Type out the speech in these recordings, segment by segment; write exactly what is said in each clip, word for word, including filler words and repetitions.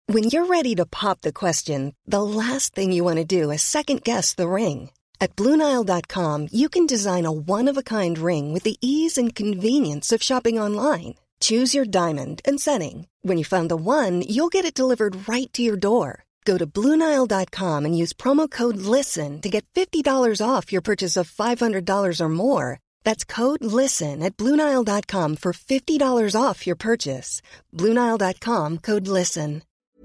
When you're ready to pop the question, the last thing you want to do is second-guess the ring. At Blue Nile dot com, you can design a one-of-a-kind ring with the ease and convenience of shopping online. Choose your diamond and setting. When you find the one, you'll get it delivered right to your door. Go to Blue Nile dot com and use promo code LISTEN to get fifty dollars off your purchase of five hundred dollars or more. That's code LISTEN at Blue Nile dot com for fifty dollars off your purchase. Blue Nile dot com, code LISTEN.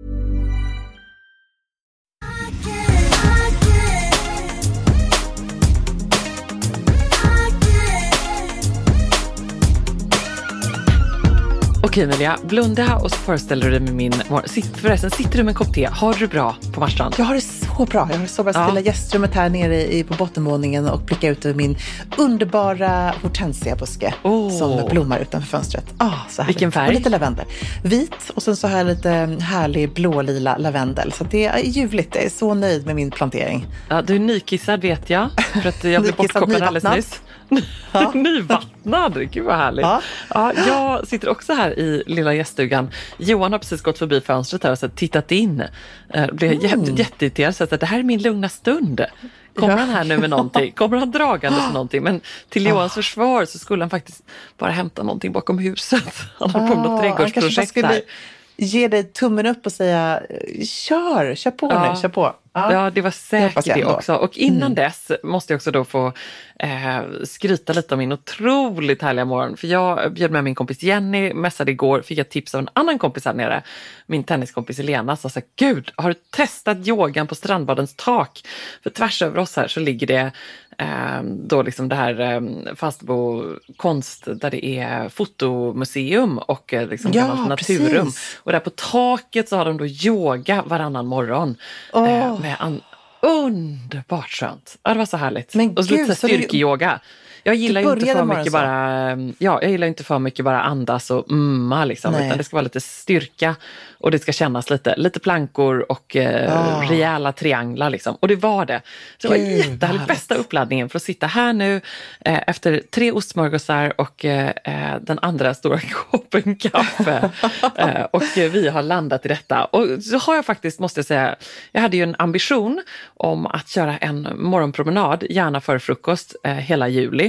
Okej Emilia, blunda och så föreställer du dig med min... Förresten, sitter du med en kopp te? Har du bra på Marstrand? Jag har det så bra. Jag har så bra. Stilla ja. gästrummet här nere i, på bottenvåningen och blicka ut över min underbara hortensiabuske oh. som blommar utanför fönstret. Ah, så Vilken färg? Och lite lavendel. Vit och sen så har jag lite härlig blålila lavendel. Så det är ljuvligt. Jag är så nöjd med min plantering. Ja, du är nykissad vet jag. För att jag blev bortkopplad alldeles nyss. Ja. Nyvattnad, gud vad härligt. Ja. Ja, jag sitter också här i lilla gäststugan. Johan har precis gått förbi fönstret här och så tittat in. Jag blev mm. jätte, jätteirriterad så att det här är min lugna stund. Kommer ja. han här nu med någonting? Kommer han dragande med någonting? Men till Johans oh. försvar så skulle han faktiskt bara hämta någonting bakom huset. Han har på oh, något trädgårdsprojekt här. Ge dig tummen upp och säga kör, kör på ja. nu, kör på. Ja, ja det var säkert det, det också. Och innan mm. dess måste jag också då få eh, skryta lite om min otroligt härliga morgon. För jag bjöd med min kompis Jenny, mässade igår, fick jag tips av en annan kompis här nere. Min tenniskompis Elena sa så här, gud, har du testat yogan på strandbadens tak? För tvärs över oss här så ligger det eh, då liksom det här eh, Falsterbo konst där det är fotomuseum och eh, liksom ja, gammalt naturrum. Precis. Och där på taket så har de då yoga varannan morgon. Oh. Eh, med an- underbart skönt. Ja, det var så härligt. Men och så gud, lite styrkeyoga. Jag gillar ju inte för mycket så. bara ja, jag gillar inte för mycket bara andas och umma liksom, utan det ska vara lite styrka och det ska kännas lite lite plankor och eh, oh. rejäla trianglar liksom. Och det var det. Så det var jättehärligt, bästa uppladdningen för att sitta här nu eh, efter tre ostsmörgåsar och eh, den andra stora koppen kaffe. eh, och eh, vi har landat i detta. Och så har jag faktiskt, måste jag säga, jag hade ju en ambition om att köra en morgonpromenad, gärna före frukost, eh, hela juli.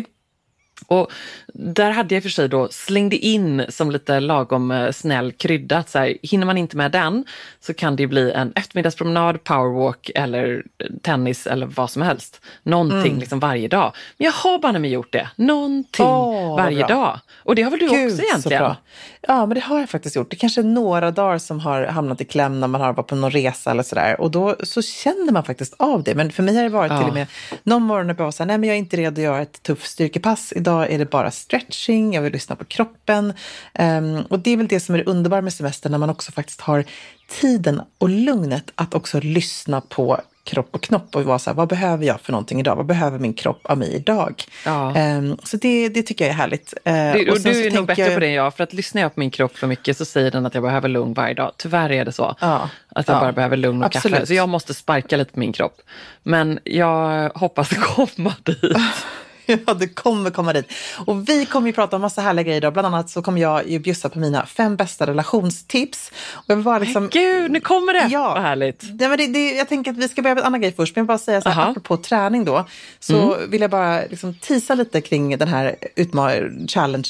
Och där hade jag för sig då slängde in som lite lagom snäll krydda att så här, hinner man inte med den så kan det bli en eftermiddagspromenad, powerwalk eller tennis eller vad som helst. Någonting mm. liksom varje dag. Men jag har bara med gjort det. Någonting oh, varje dag. Och det har väl du Gud, också egentligen? Ja, men det har jag faktiskt gjort. Det är kanske några dagar som har hamnat i kläm när man har varit på någon resa eller sådär. Och då så känner man faktiskt av det. Men för mig har det varit ja. till och med någon morgon när jag var så här, nej men jag är inte redo att göra ett tufft styrkepass. Idag är det bara stretching, jag vill lyssna på kroppen. Um, och det är väl det som är det underbara med semester när man också faktiskt har tiden och lugnet att också lyssna på kropp och knopp och vara så här, vad behöver jag för någonting idag? Vad behöver min kropp av mig idag? Ja. Um, så det, det tycker jag är härligt. Uh, det, och, och du är nog bättre jag... på det än jag, för att lyssnar jag på min kropp för mycket så säger den att jag behöver lugn varje dag. Tyvärr är det så. Ja. Att jag ja. bara behöver lugn och Absolut. kaffe. Så jag måste sparka lite på min kropp. Men jag hoppas komma dit. Ja, det kommer komma dit. Och vi kommer ju prata om massa härliga grejer idag. Bland annat så kommer jag ju bjussa på mina fem bästa relationstips. Och jag vill bara liksom... Gud, nu kommer det! Ja, vad härligt. Det, men det, det, jag tänker att vi ska börja med en annan grej först. Men jag vill bara säga så här, apropå träning då. Så mm. vill jag bara liksom tisa lite kring den här utma- challenge,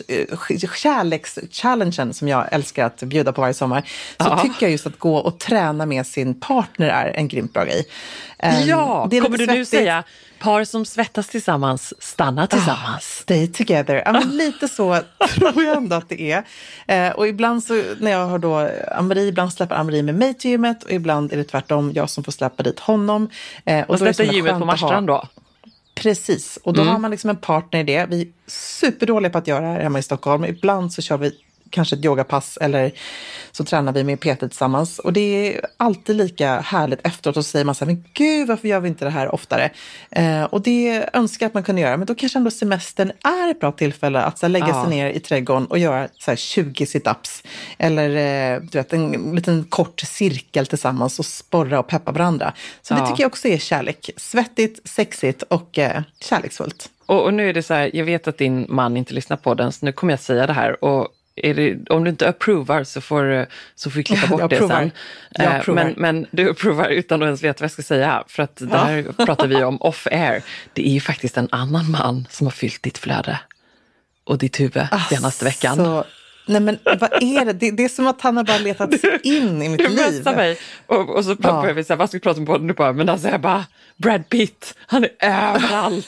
kärleks-challengen som jag älskar att bjuda på varje sommar. Så Aha. tycker jag just att gå och träna med sin partner är en grymt bra grej. Um, ja, det kommer du nu säga... Par som svettas tillsammans, stannar tillsammans. Ah, stay together. Ja, men lite så tror jag ändå att det är. Eh, och ibland så, när jag har då Ann-Marie, ibland släpper Ann-Marie med mig till gymmet och ibland är det tvärtom jag som får släppa dit honom. Eh, och, och så är det gymmet på Marstrand då? Precis, och då mm. har man liksom en partner i det. Vi är superdåliga på att göra det här hemma i Stockholm. Ibland så kör vi kanske ett yogapass eller så tränar vi med Peter tillsammans. Och det är alltid lika härligt efteråt och så säger man så här, men gud varför gör vi inte det här oftare? Eh, och det önskar att man kunde göra. Men då kanske ändå semestern är ett bra tillfälle att så här, lägga ja. sig ner i trädgården och göra så här, tjugo sit-ups. Eller eh, du vet, en liten kort cirkel tillsammans och sporra och peppa varandra. Så ja. det tycker jag också är kärlek. Svettigt, sexigt och eh, kärleksfullt. Och, och nu är det så här, jag vet att din man inte lyssnar på den så nu kommer jag säga det här och är det, om du inte approvar så får, så får vi klippa bort det sen. Eh, men, men du approvar utan att ens veta vad jag ska säga. För att där ja. pratar vi om off-air. Det är ju faktiskt en annan man som har fyllt ditt flöde och ditt huvud senaste veckan. Så... Nej men vad är det? det? Det är som att han har bara letat sig in i mitt du liv. Du mig. Och, och så börjar vi säga, vad ska vi prata om på nu bara? Men alltså jag bara, Brad Pitt, han är överallt.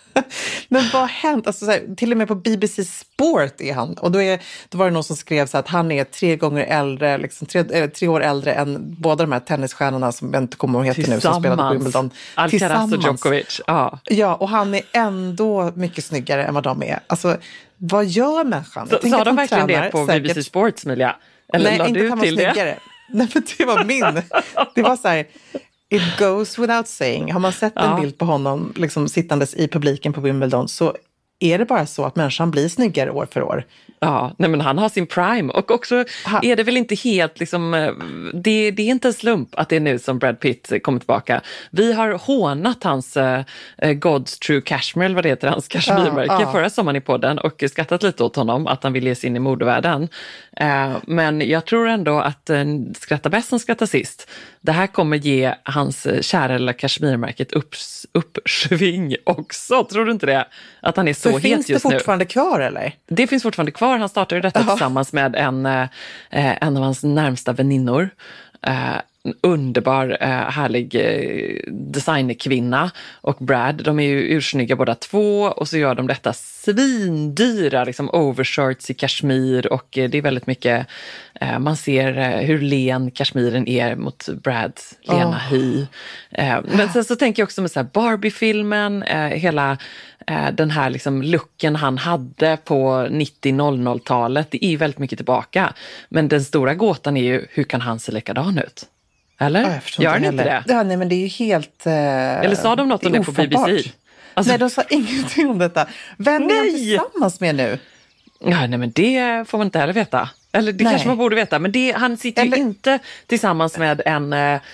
Men vad har hänt? Alltså, så här, till och med på B B C Sport är han. Och då, är, då var det någon som skrev så att han är tre gånger äldre, liksom tre, äh, tre år äldre än båda de här tennisstjärnorna som jag inte kommer ihåg heter nu, som spelade på Wimbledon. Alcaraz och Djokovic. Ja. ja, och han är ändå mycket snyggare än vad de är. Alltså, vad gör människan? Så, sa de verkligen tränar, det på säkert... B B C Sports, Emilia? Eller nej, la inte du att han var till snyggare. Det? Nej, men det var min. Det var så här... It goes without saying. Har man sett ja. en bild på honom liksom, sittandes i publiken på Wimbledon så är det bara så att människan blir snyggare år för år. Ja, nej men han har sin prime och också ha. är det väl inte helt liksom, det, det är inte en slump att det är nu som Brad Pitt kommer tillbaka. Vi har hånat hans uh, God's True Cashmere, vad det heter, hans kashmirmärke ja, ja. förra sommaren i podden och skrattat lite åt honom att han vill ge sig in i modevärlden. Uh, men jag tror ändå att uh, skratta bäst som skrattar sist. Det här kommer ge hans kära lilla kashmirmärket upp, uppsving också, tror du inte det? Att han är så, så het just nu. Finns det fortfarande nu. kvar eller? Det finns fortfarande kvar. Han startade detta uh-huh. tillsammans med en, eh, en av hans närmsta väninnor. Eh, en underbar, eh, härlig eh, designerkvinna och Brad. De är ju ursnygga båda två och så gör de detta svindyra liksom overshirts i kashmir och eh, det är väldigt mycket, eh, man ser eh, hur len kashmiren är mot Brads lena oh. hy. Eh, men sen så tänker jag också med så här Barbie-filmen, eh, hela eh, den här liksom looken han hade på nittio-noll-noll-talet, det är ju väldigt mycket tillbaka. Men den stora gåtan är ju, hur kan han se likadan ut? Eller? Ja, gör inte, inte det? Ja, nej, men det är ju helt... Eh, Eller sa de något om det på B B C? Alltså, nej, de sa ingenting om detta. Vem nej. är han tillsammans med nu? Ja, nej, men det får man inte heller veta. Eller det nej. kanske man borde veta. Men det, han sitter Eller... ju inte tillsammans med en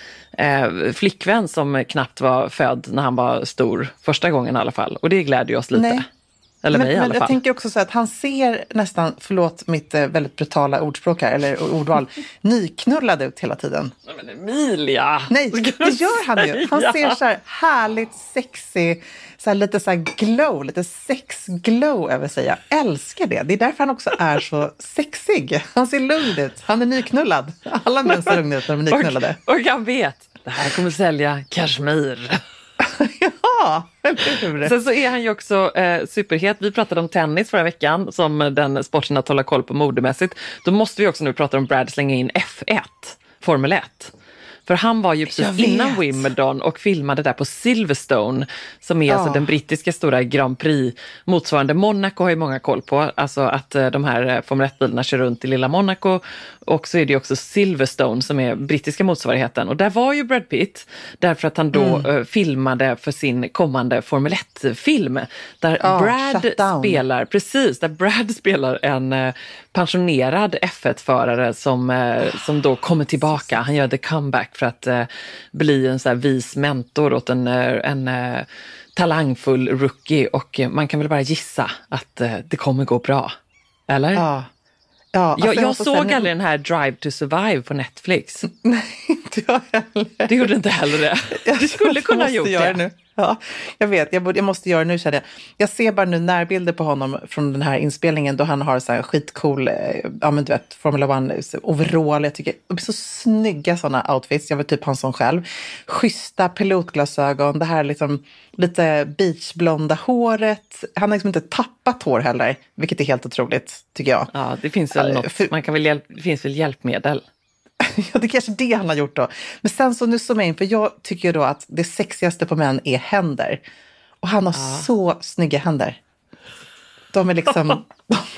eh, flickvän som knappt var född när han var stor. Första gången i alla fall. Och det glädjer oss lite. Nej. Eller men, mig i alla men fall. Jag tänker också så att han ser nästan, förlåt mitt eh, väldigt brutala ordspråk här, eller ordval, nyknullad ut hela tiden. Nej men Emilia! Nej, det gör han ju. Han ser så här härligt sexy, så här lite så här glow, lite sexglow över sig. Jag älskar det. Det är därför han också är så sexig. Han ser lugn ut. Han är nyknullad. Alla män ser lugna ut när de är nyknullade. Och, och jag vet, det här kommer sälja kashmir. Ja, eller sen så är han ju också eh, superhet. Vi pratade om tennis förra veckan som den sporten att hålla koll på modemässigt. Då måste vi också nu prata om Brad slänga in F ett, Formel ett. För han var ju precis innan Wimbledon och filmade där på Silverstone som är oh. alltså den brittiska stora Grand Prix. Motsvarande Monaco har ju många koll på. Alltså att de här Formel ett-bilarna kör runt i lilla Monaco. Och så är det också Silverstone som är brittiska motsvarigheten. Och där var ju Brad Pitt därför att han då mm. filmade för sin kommande Formel ett-film. Där oh, Brad spelar, precis, där Brad spelar en pensionerad F ett-förare som, som då kommer tillbaka. Han gör the comeback för att uh, bli en så här vis mentor åt en, en uh, talangfull rookie och uh, man kan väl bara gissa att uh, det kommer gå bra. Eller? Ja. Ja, alltså jag, jag, jag såg sen... aldrig den här Drive to Survive på Netflix. Nej, inte jag heller. Det gjorde inte heller det. Du skulle kunna ha gjort det. Nu. Ja, jag vet, jag, borde, jag måste göra det nu. Jag. jag ser bara nu närbilder på honom från den här inspelningen då han har så här skitcool, ja men du vet, Formula ett overall. Jag tycker det är så snygga sådana outfits. Jag vill typ ha en sån själv. Schyssta pilotglasögon, det här liksom lite beachblonda håret. Han har liksom inte tappat hår heller, vilket är helt otroligt tycker jag. Ja, det finns väl något, För, man kan väl hjälp, det finns väl hjälpmedel. Ja, det är kanske det han har gjort då. Men sen så nu som jag in, för jag tycker då att det sexigaste på män är händer. Och han har ja. så snygga händer. De är liksom...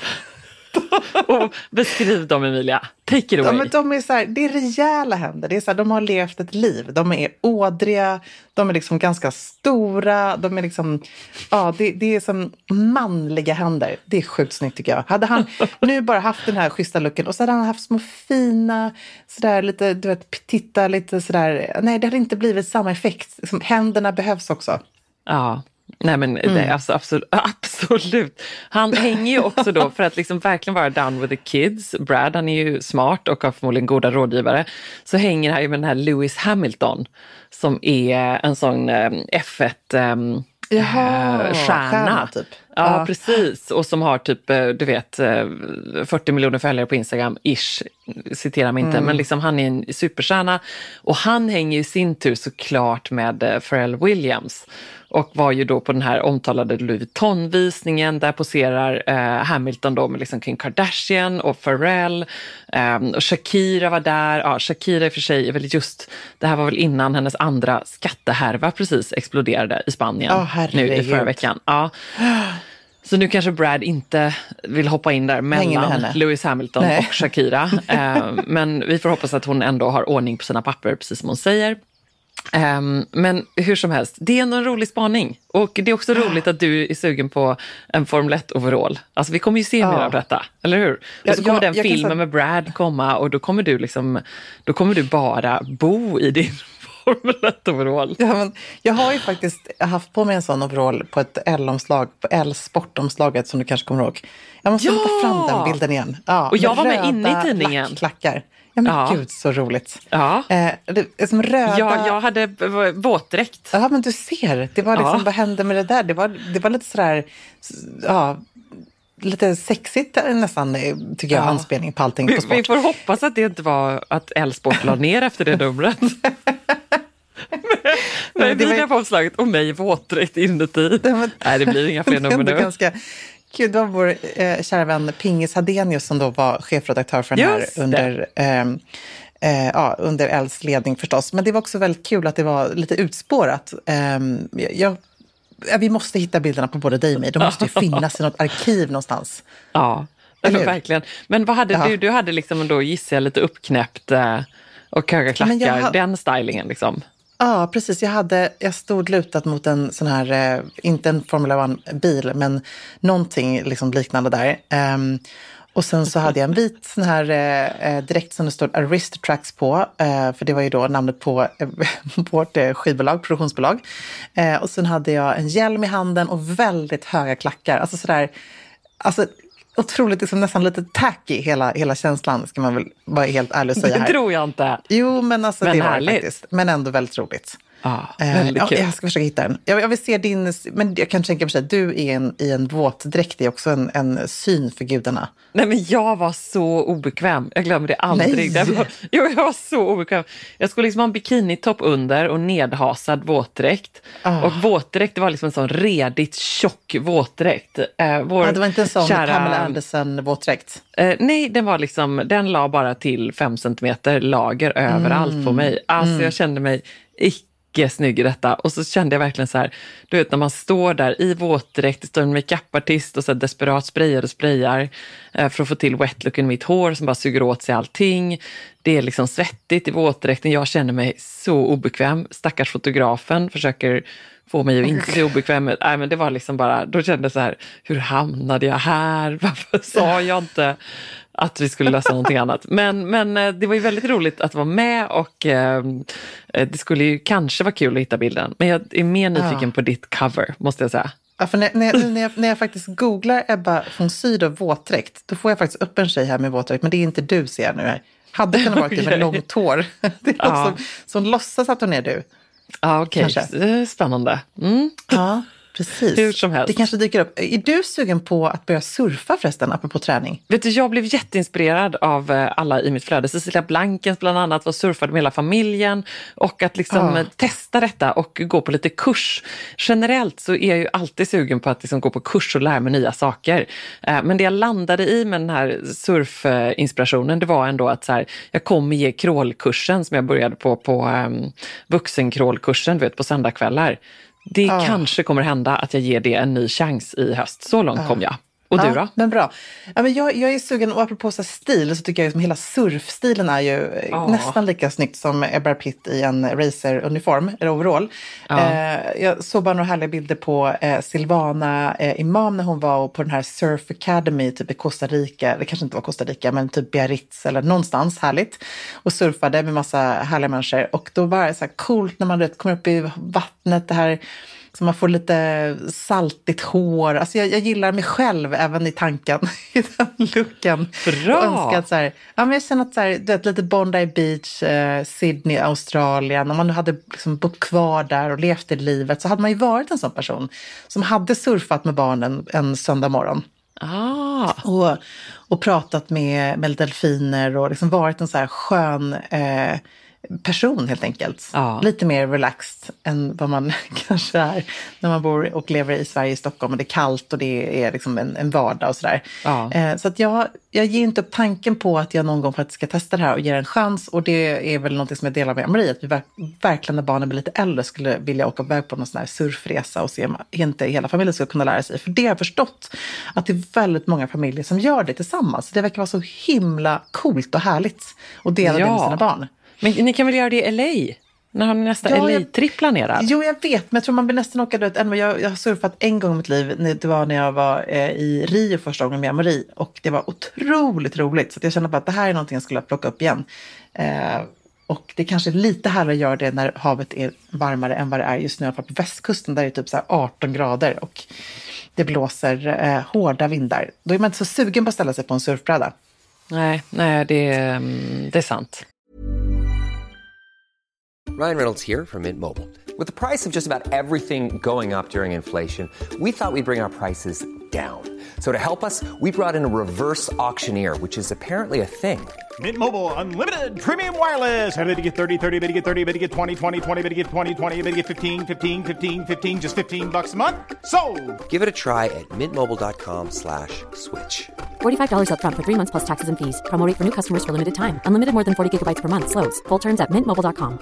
Och beskriv dem, Emilia. Take it away. Ja, men de är så här, det är rejäla händer. Det är så här, de har levt ett liv. De är ådriga. De är liksom ganska stora. De är liksom... Ja, det, det är som manliga händer. Det är sjukt snyggt tycker jag. Hade han nu bara haft den här schyssta looken och så hade han haft små fina, sådär lite, du vet, titta lite sådär. Nej, det hade inte blivit samma effekt. Liksom, händerna behövs också. Ja. Nej men mm. det är alltså absolut, absolut. Han hänger ju också då för att liksom verkligen vara down with the kids. Brad, han är ju smart och har förmodligen goda rådgivare. Så hänger han ju med den här Lewis Hamilton som är en sån F ett um, Jaha, äh, stjärna. stjärna typ. Ja, ja, precis. Och som har typ, du vet, fyrtio miljoner följare på Instagram, ish, citerar mig inte. Mm. Men liksom han är en superstjärna. Och han hänger i sin tur såklart med Pharrell Williams. Och var ju då på den här omtalade Louis Vuitton-visningen. Där poserar eh, Hamilton då med liksom Kim Kardashian och Pharrell. Eh, och Shakira var där. Ja, Shakira i och för sig är väl just... Det här var väl innan hennes andra skattehärva precis exploderade i Spanien. Oh, nu i förra veckan. Ja. Så nu kanske Brad inte vill hoppa in där mellan Lewis Hamilton Nej. och Shakira. Eh, men vi får hoppas att hon ändå har ordning på sina papper, precis som hon säger. Um, men hur som helst, det är ändå en rolig spaning. Och det är också roligt att du är sugen på en Formel ett-overall. Alltså vi kommer ju se ja. mer av detta, eller hur? Och så kommer jag, den jag filmen kan... med Brad komma och då kommer du liksom, då kommer du bara bo i din Formel ett-overall. Ja, men jag har ju faktiskt haft på mig en sån overall på ett L-omslag, på L-sportomslaget som du kanske kommer ihåg. Jag måste ja! ta fram den bilden igen. Ja, och jag var med inne i tidningen. Klackar. Ja, men ja. gud, så roligt. Ja. Eh, det, som röda... ja, jag hade våtdräkt. Ja, men du ser. Det var liksom, ja. vad hände med det där? Det var, det var lite sådär, ja, lite sexigt nästan, tycker jag, ja. anspelning på allting på sport. Vi får hoppas att det inte var att L-sport la ner efter det numret. Men det var på omslaget och mig våtdräkt inuti. Det var... Nej, det blir inga fler nummer nu. Ganska... Gud, det var vår eh, kära vän Pingis Hadenius som då var chefredaktör för den här under, eh, eh, ja, under Ls ledning förstås. Men det var också väldigt kul att det var lite utspårat. Eh, jag, vi måste hitta bilderna på både dig och mig. De måste ju finnas i något arkiv någonstans. Ja, men verkligen. Men vad hade ja. du? Du hade liksom då, gissar jag, lite uppknäppt eh, och höga klackar. Ha... Den stylingen liksom. Ja, precis. Jag, hade, jag stod lutat mot en sån här, eh, inte en Formula ett-bil, men någonting liksom liknande där. Um, och sen så hade jag en vit sån här eh, direkt som det stod Aristotrax på, eh, för det var ju då namnet på eh, vårt eh, skivbolag, produktionsbolag. Eh, och sen hade jag en hjälm i handen och väldigt höga klackar. Alltså sådär, alltså... otroligt, liksom, nästan lite tacky hela, hela känslan, ska man väl vara helt ärlig och säga här. Det tror jag inte. Jo, men alltså men det var härligt. det faktiskt. Men ändå väldigt roligt. Ja, väldigt eh, kul. Ja, jag ska försöka hitta den. Jag, jag vill se din, men jag kan tänka mig att du är en, i en våtdräkt, det är också en, en syn för gudarna. Nej, men jag var så obekväm. Jag glömmer det aldrig. Det var, jo, jag var så obekväm. Jag skulle liksom ha en bikinitopp under och nedhasad våtdräkt. Oh. Och våtdräkt, det var liksom en sån redigt tjock våtdräkt. Eh, vår ja, det var inte en sån kära... Pamela Anderson våtdräkt. Eh, nej, den var liksom, den la bara till fem centimeter lager överallt mm. på mig. Alltså mm. jag kände mig icke snygg i detta. Och så kände jag verkligen så här, du vet när man står där i våtdräkt, det står en makeupartist och så desperat sprayar och sprayar eh, för att få till wet look i mitt hår som bara suger åt sig allting. Det är liksom svettigt i våtdräkten. Jag känner mig så obekväm. Stackars fotografen försöker få mig att inte se obekväm. Nej, men det var liksom bara, då kände jag så här, hur hamnade jag här? Varför sa jag inte att vi skulle lösa någonting annat? Men, men det var ju väldigt roligt att vara med och eh, det skulle ju kanske vara kul att hitta bilden. Men jag är mer nyfiken ja. på ditt cover, måste jag säga. Ja, för när, när, när, jag, när jag faktiskt googlar Ebba von Sydow våtdräkt, då får jag faktiskt upp en tjej här med våtdräkt, men det är inte du, ser jag nu här. Hade kunnat vara det med långt hår. Det är ja. som, som låtsas att hon är du. Ja, okej. Okay. Spännande. Mm. Ja, precis. Hur som helst. Det kanske dyker upp. Är du sugen på att börja surfa förresten, apropå träning? Vet du, jag blev jätteinspirerad av alla i mitt flöde. Cecilia Blankens bland annat var surfad med hela familjen. Och att liksom ja. testa detta och gå på lite kurs. Generellt så är jag ju alltid sugen på att liksom gå på kurs och lära mig nya saker. Men det jag landade i med den här surfinspirationen, det var ändå att så här, jag kommer ge crawlkursen som jag började på på um, vuxencrawlkursen, vet, på söndagskvällar. Det ah. kanske kommer hända att jag ger det en ny chans i höst. Så långt ah. kom jag. Och du ja, då? Men bra. Ja, men jag, jag är sugen, och apropå så stil så tycker jag att hela surfstilen är ju oh. nästan lika snyggt som Brad Pitt i en raceruniform, eller overall. Oh. Eh, jag såg bara några härliga bilder på eh, Silvana eh, Imam när hon var på den här Surf Academy typ i Costa Rica, det kanske inte var Costa Rica men typ Biarritz eller någonstans härligt, och surfade med massa härliga människor, och då var det så här coolt när man vet, kommer upp i vattnet, det här Så man får lite saltigt hår. Alltså jag, jag gillar mig själv även i tanken. I den looken. Bra! Och önskar att så här, ja, men jag känner att så här, du vet, lite Bondi Beach, eh, Sydney, Australien. Om man nu hade liksom bott kvar där och levt i livet så hade man ju varit en sån person som hade surfat med barnen en söndag morgon. Ah. Och, och pratat med, med delfiner och liksom varit en så här skön eh, person helt enkelt. Ja. Lite mer relaxed än vad man kanske är när man bor och lever i Sverige, i Stockholm och det är kallt och det är liksom en, en vardag och sådär. Ja. Eh, så att jag, jag ger inte upp tanken på att jag någon gång faktiskt ska testa det här och ge det en chans, och det är väl något som jag delar med Marie, att vi verk- verkligen när barnen blir lite äldre skulle vilja åka iväg på någon sån här surfresa och se om inte hela familjen ska kunna lära sig. För det har jag förstått att det är väldigt många familjer som gör det tillsammans. Det verkar vara så himla coolt och härligt att dela Ja. det med sina barn. Men ni kan väl göra det i L A? När har ni nästa Ja, L A-tripp planerad? Jo, jag vet, men jag tror man blir nästan åka ut. Jag, jag har surfat en gång i mitt liv. Det var när jag var eh, i Rio första gången med Marie. Och det var otroligt roligt. Så att jag känner bara att det här är någonting jag skulle plocka upp igen. Eh, och det är kanske lite härligt att göra det när havet är varmare än vad det är just nu. På västkusten där det är typ så här arton grader. Och det blåser eh, hårda vindar. Då är man inte så sugen på att ställa sig på en surfbräda. Nej, nej det, det är sant. Ryan Reynolds here from Mint Mobile. With the price of just about everything going up during inflation, we thought we'd bring our prices down. So to help us, we brought in a reverse auctioneer, which is apparently a thing. Mint Mobile Unlimited Premium Wireless. How to get thirty, thirty, how to get thirty, how to get twenty, twenty, twenty, how to get twenty, twenty, how to get fifteen, fifteen, fifteen, fifteen, just fifteen bucks a month? Sold! Give it a try at mintmobile.com slash switch. forty-five dollars up front for three months plus taxes and fees. Promo rate for new customers for limited time. Unlimited more than forty gigabytes per month. Slows full terms at mint mobile dot com.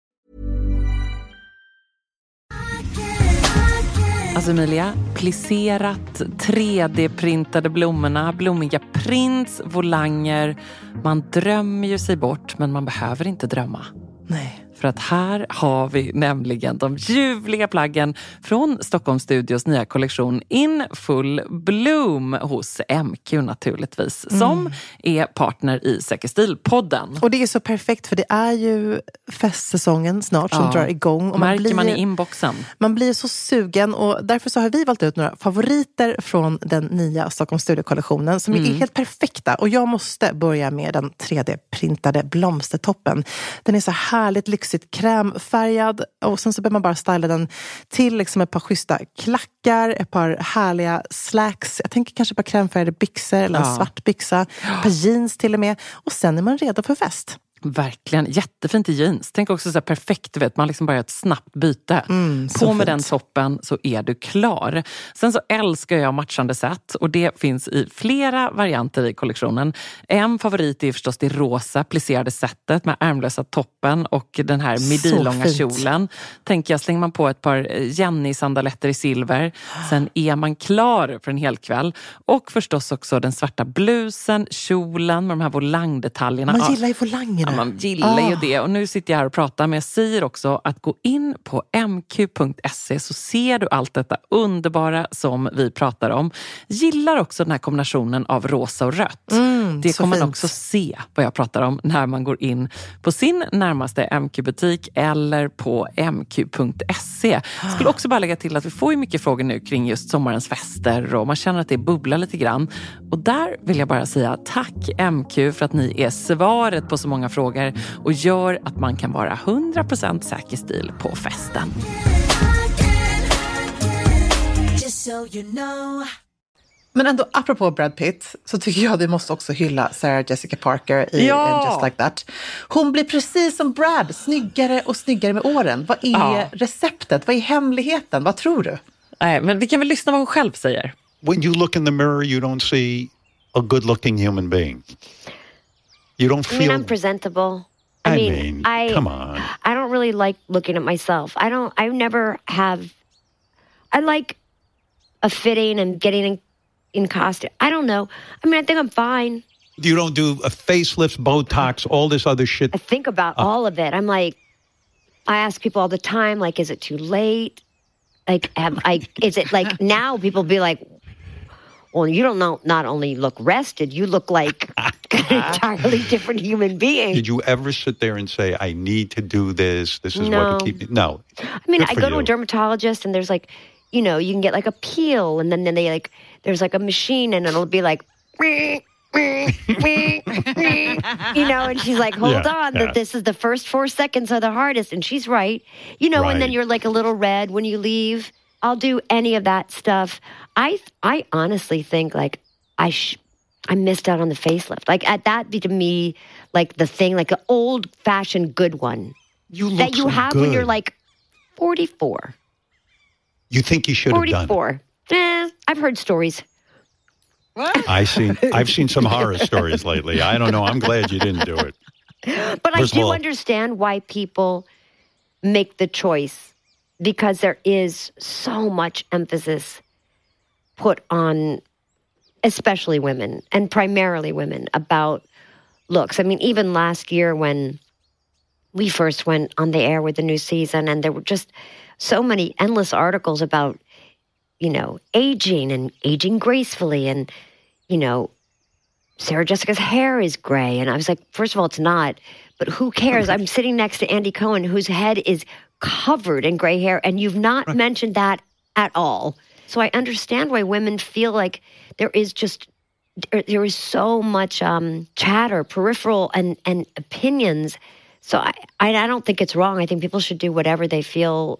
Alltså Emilia, plisserat, tre D-printade blommorna, blommiga prints, volanger. Man drömmer ju sig bort, men man behöver inte drömma. Nej. För att här har vi nämligen de ljuvliga plaggen från Stockholm Studios nya kollektion In Full Bloom hos M Q naturligtvis. Mm. Som är partner i Säker Stil-podden. Och det är så perfekt för det är ju festsäsongen snart som ja. drar igång. Och Märker man, blir, man i inboxen. Man blir så sugen och därför så har vi valt ut några favoriter från den nya Stockholm Studio-kollektionen som mm. är helt perfekta. Och jag måste börja med den tre D-printade blomstertoppen. Den är så härligt lyxigt krämfärgad och sen så behöver man bara styla den till liksom ett par schyssta klackar, ett par härliga slacks. Jag tänker kanske på krämfärgade byxor eller en ja. svart byxa, ett par jeans till och med. Och sen är man redo för fest. Verkligen, jättefint i jeans. Tänk också så här perfekt, du vet, man liksom bara gör ett snabbt byte. Mm, På med fint. Den toppen så är du klar. Sen så älskar jag matchande set och det finns i flera varianter i kollektionen. En favorit är förstås det rosa plisserade setet med ärmlösa toppen och den här midilånga kjolen. Tänker jag, slänger man på ett par Jenny-sandaletter i silver. Sen är man klar för en hel kväll. Och förstås också den svarta blusen, kjolen med de här volangdetaljerna. Man gillar ju volangerna. Man gillar ah. ju det. Och nu sitter jag här och pratar, men jag säger också att gå in på m q punkt se så ser du allt detta underbara som vi pratar om. Gillar också den här kombinationen av rosa och rött. Mm, det kommer man också se vad jag pratar om när man går in på sin närmaste M Q-butik eller på m q punkt se. Jag skulle också bara lägga till att vi får ju mycket frågor nu kring just sommarens fester och man känner att det bubblar lite grann. Och där vill jag bara säga tack M Q för att ni är svaret på så många frågor och gör att man kan vara hundra procent säker stil på festen. Men ändå, apropå Brad Pitt, så tycker jag att vi måste också hylla Sarah Jessica Parker i ja. Just Like That. Hon blir precis som Brad, snyggare och snyggare med åren. Vad är ja. receptet? Vad är hemligheten? Vad tror du? Nej, men vi kan väl lyssna vad hon själv säger. When you look in the mirror, you don't see a good-looking human being. You don't feel... I mean, I'm presentable. I, I mean, mean, I, come on. I don't really like looking at myself. I don't, I never have, I like a fitting and getting in, in costume. I don't know. I mean, I think I'm fine. You don't do a facelift, Botox, all this other shit? I think about uh, all of it. I'm like, I ask people all the time, like, is it too late? Like, have I, is it like now people be like, well, you don't know, not only look rested, you look like entirely different human being. Did you ever sit there and say, I need to do this? This is no. what to keep me... No. I mean, Good I for go you. to a dermatologist and there's like, you know, you can get like a peel and then, then they like, there's like a machine and it'll be like, you know, and she's like, hold yeah, on, yeah. this is the first four seconds are the hardest. And she's right. You know, right. and then you're like a little red when you leave. I'll do any of that stuff. I I honestly think like I sh- I missed out on the facelift. Like at that be to me like the thing, like an old fashioned good one you look that you so have good. when you're like forty-four. You think you should have done it? forty-four. Eh, I've heard stories. What? I seen I've seen some horror stories lately. I don't know. I'm glad you didn't do it. But First I do all, understand why people make the choice because there is so much emphasis put on, especially women and primarily women, about looks. I mean, even last year when we first went on the air with the new season and there were just so many endless articles about, you know, aging and aging gracefully and, you know, Sarah Jessica's hair is gray. And I was like, first of all, it's not, but who cares? I'm sitting next to Andy Cohen, whose head is covered in gray hair, and you've not right. mentioned that at all. So I understand why women feel like there is just, there is so much um, chatter, peripheral and, and opinions. So I, I, I don't think it's wrong. I think people should do whatever they feel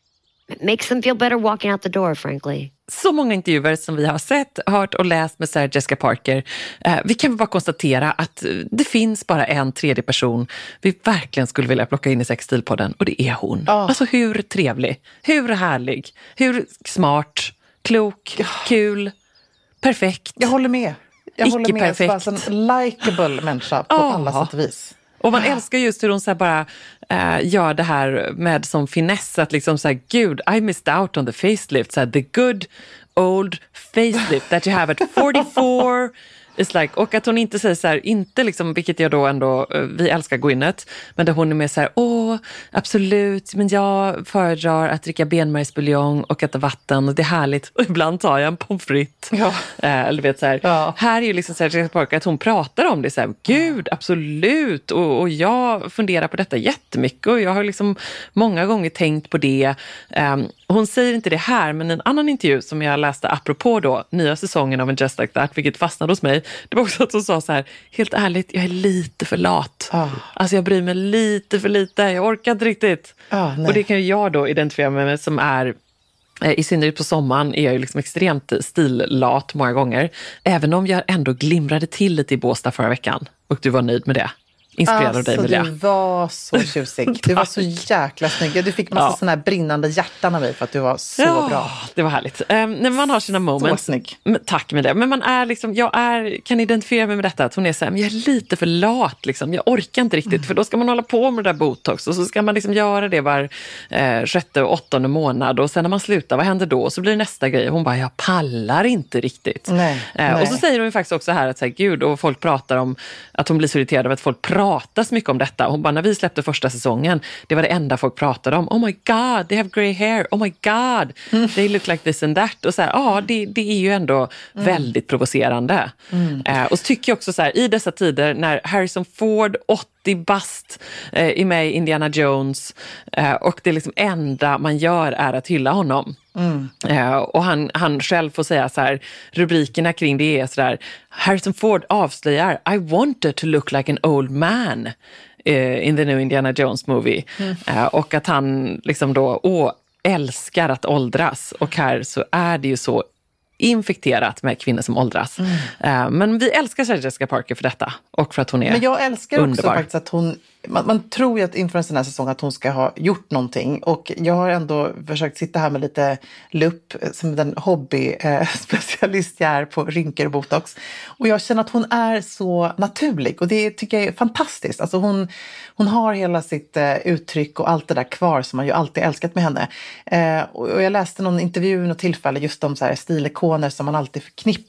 makes them feel better walking out the door, frankly. Så många intervjuer som vi har sett, hört och läst med Sarah Jessica Parker. Eh, vi kan bara konstatera att det finns bara en tredje person vi verkligen skulle vilja plocka in i Sexstilpodden, och det är hon. Oh. Alltså hur trevlig, hur härlig, hur smart, klok, oh. kul, perfekt. Jag håller med. Jag håller med. Icke-perfekt. Alltså en likeable människa på oh. alla sätt och vis. Och man älskar just hur hon så här bara äh, gör det här med som finess, att liksom så här, gud, I missed out on the facelift, så här, the good old facelift that you have at forty-four. It's like, och att hon inte säger så här, inte liksom, vilket jag då ändå, vi älskar Gwyneth, men där hon är med så här, åh, absolut, men jag föredrar att dricka benmärgsbuljong och äta vatten, och det är härligt, och ibland tar jag en pommes frites. Ja. Eh, eller vet så här, ja. Här är ju liksom så här, att hon pratar om det så här, gud, absolut, och, och jag funderar på detta jättemycket, och jag har liksom många gånger tänkt på det. Um, hon säger inte det här, men en annan intervju som jag läste apropå då, nya säsongen av en Just Like That, vilket fastnade hos mig, det var också att hon sa så här, helt ärligt, jag är lite för lat. Ah. Alltså jag bryr mig lite för lite, jag orkar inte riktigt. Ah, och det kan ju jag då identifiera mig med, som är, i synnerhet på sommaren är jag ju liksom extremt stillat många gånger. Även om jag ändå glimrade till lite i Båstad förra veckan. Och du var nöjd med det. Inspirerad alltså, av dig med det. Du var så tjusig. Du var så jäkla snygg. Du fick massa ja. såna här brinnande hjärtan av mig för att du var så ja, bra. Det var härligt. Um, när man har sina moments. Så snygg. Tack med det. Men man är liksom, jag är, kan identifiera mig med detta. Att hon är så här, men jag är lite för lat. Liksom. Jag orkar inte riktigt. Mm. För då ska man hålla på med det där botox. Och så ska man liksom göra det var eh, sjätte och åttonde månad. Och sen när man slutar, vad händer då? Så blir det nästa grej. Hon bara, jag pallar inte riktigt. Nej, eh, nej. Och så säger hon ju faktiskt också här att så här, gud, och folk pratar om att hon blir så irriterad av att folk pratar så mycket om detta. Hon bara, när vi släppte första säsongen, det var det enda folk pratade om. Oh my god, they have grey hair. Oh my god, mm. they look like this and that. Och så här, ja, det, det är ju ändå mm. väldigt provocerande. Mm. Eh, och så tycker jag också så här, i dessa tider när Harrison Ford, åttio bast, eh, är med i Indiana Jones, eh, och det liksom enda man gör är att hylla honom. Mm. Uh, och han, han själv får säga så här, rubrikerna kring det är så där, Harrison Ford avslöjar, I wanted to look like an old man uh, in the new Indiana Jones movie. Mm. Uh, och att han liksom då åh, älskar att åldras, och här så är det ju så infekterat med kvinnor som åldras. Mm. Uh, men vi älskar Sarah Jessica Parker för detta, och för att hon är Men jag älskar underbar. Också faktiskt att hon, man, man tror ju att inför den här säsongen att hon ska ha gjort någonting, och jag har ändå försökt sitta här med lite lupp som den hobby-specialist jag är på rynkor och botox, och jag känner att hon är så naturlig, och det tycker jag är fantastiskt. Alltså hon, hon har hela sitt uh, uttryck och allt det där kvar som man ju alltid älskat med henne. Uh, och jag läste någon intervju i något tillfälle just om så här stilikoner som man alltid förknippar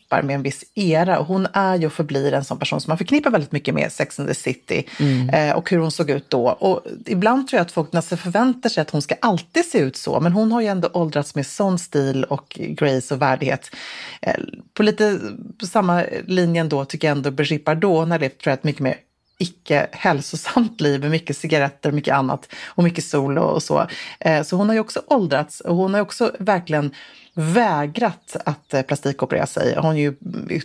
förknippar med en viss era. Och hon är ju och förblir en sån person som man förknippar väldigt mycket med Sex and the City. Mm. Eh, och hur hon såg ut då. Och ibland tror jag att folk nästan förväntar sig att hon ska alltid se ut så. Men hon har ju ändå åldrats med sån stil och grace och värdighet. Eh, på lite på samma linjen då tycker jag ändå Brigitte Bardot, hon har levt tror jag ett mycket mer icke hälsosamt liv med mycket cigaretter och mycket annat och mycket sol och så. Eh, så hon har ju också åldrats och hon har ju också verkligen vägrat att eh, plastikoperera sig. Hon har ju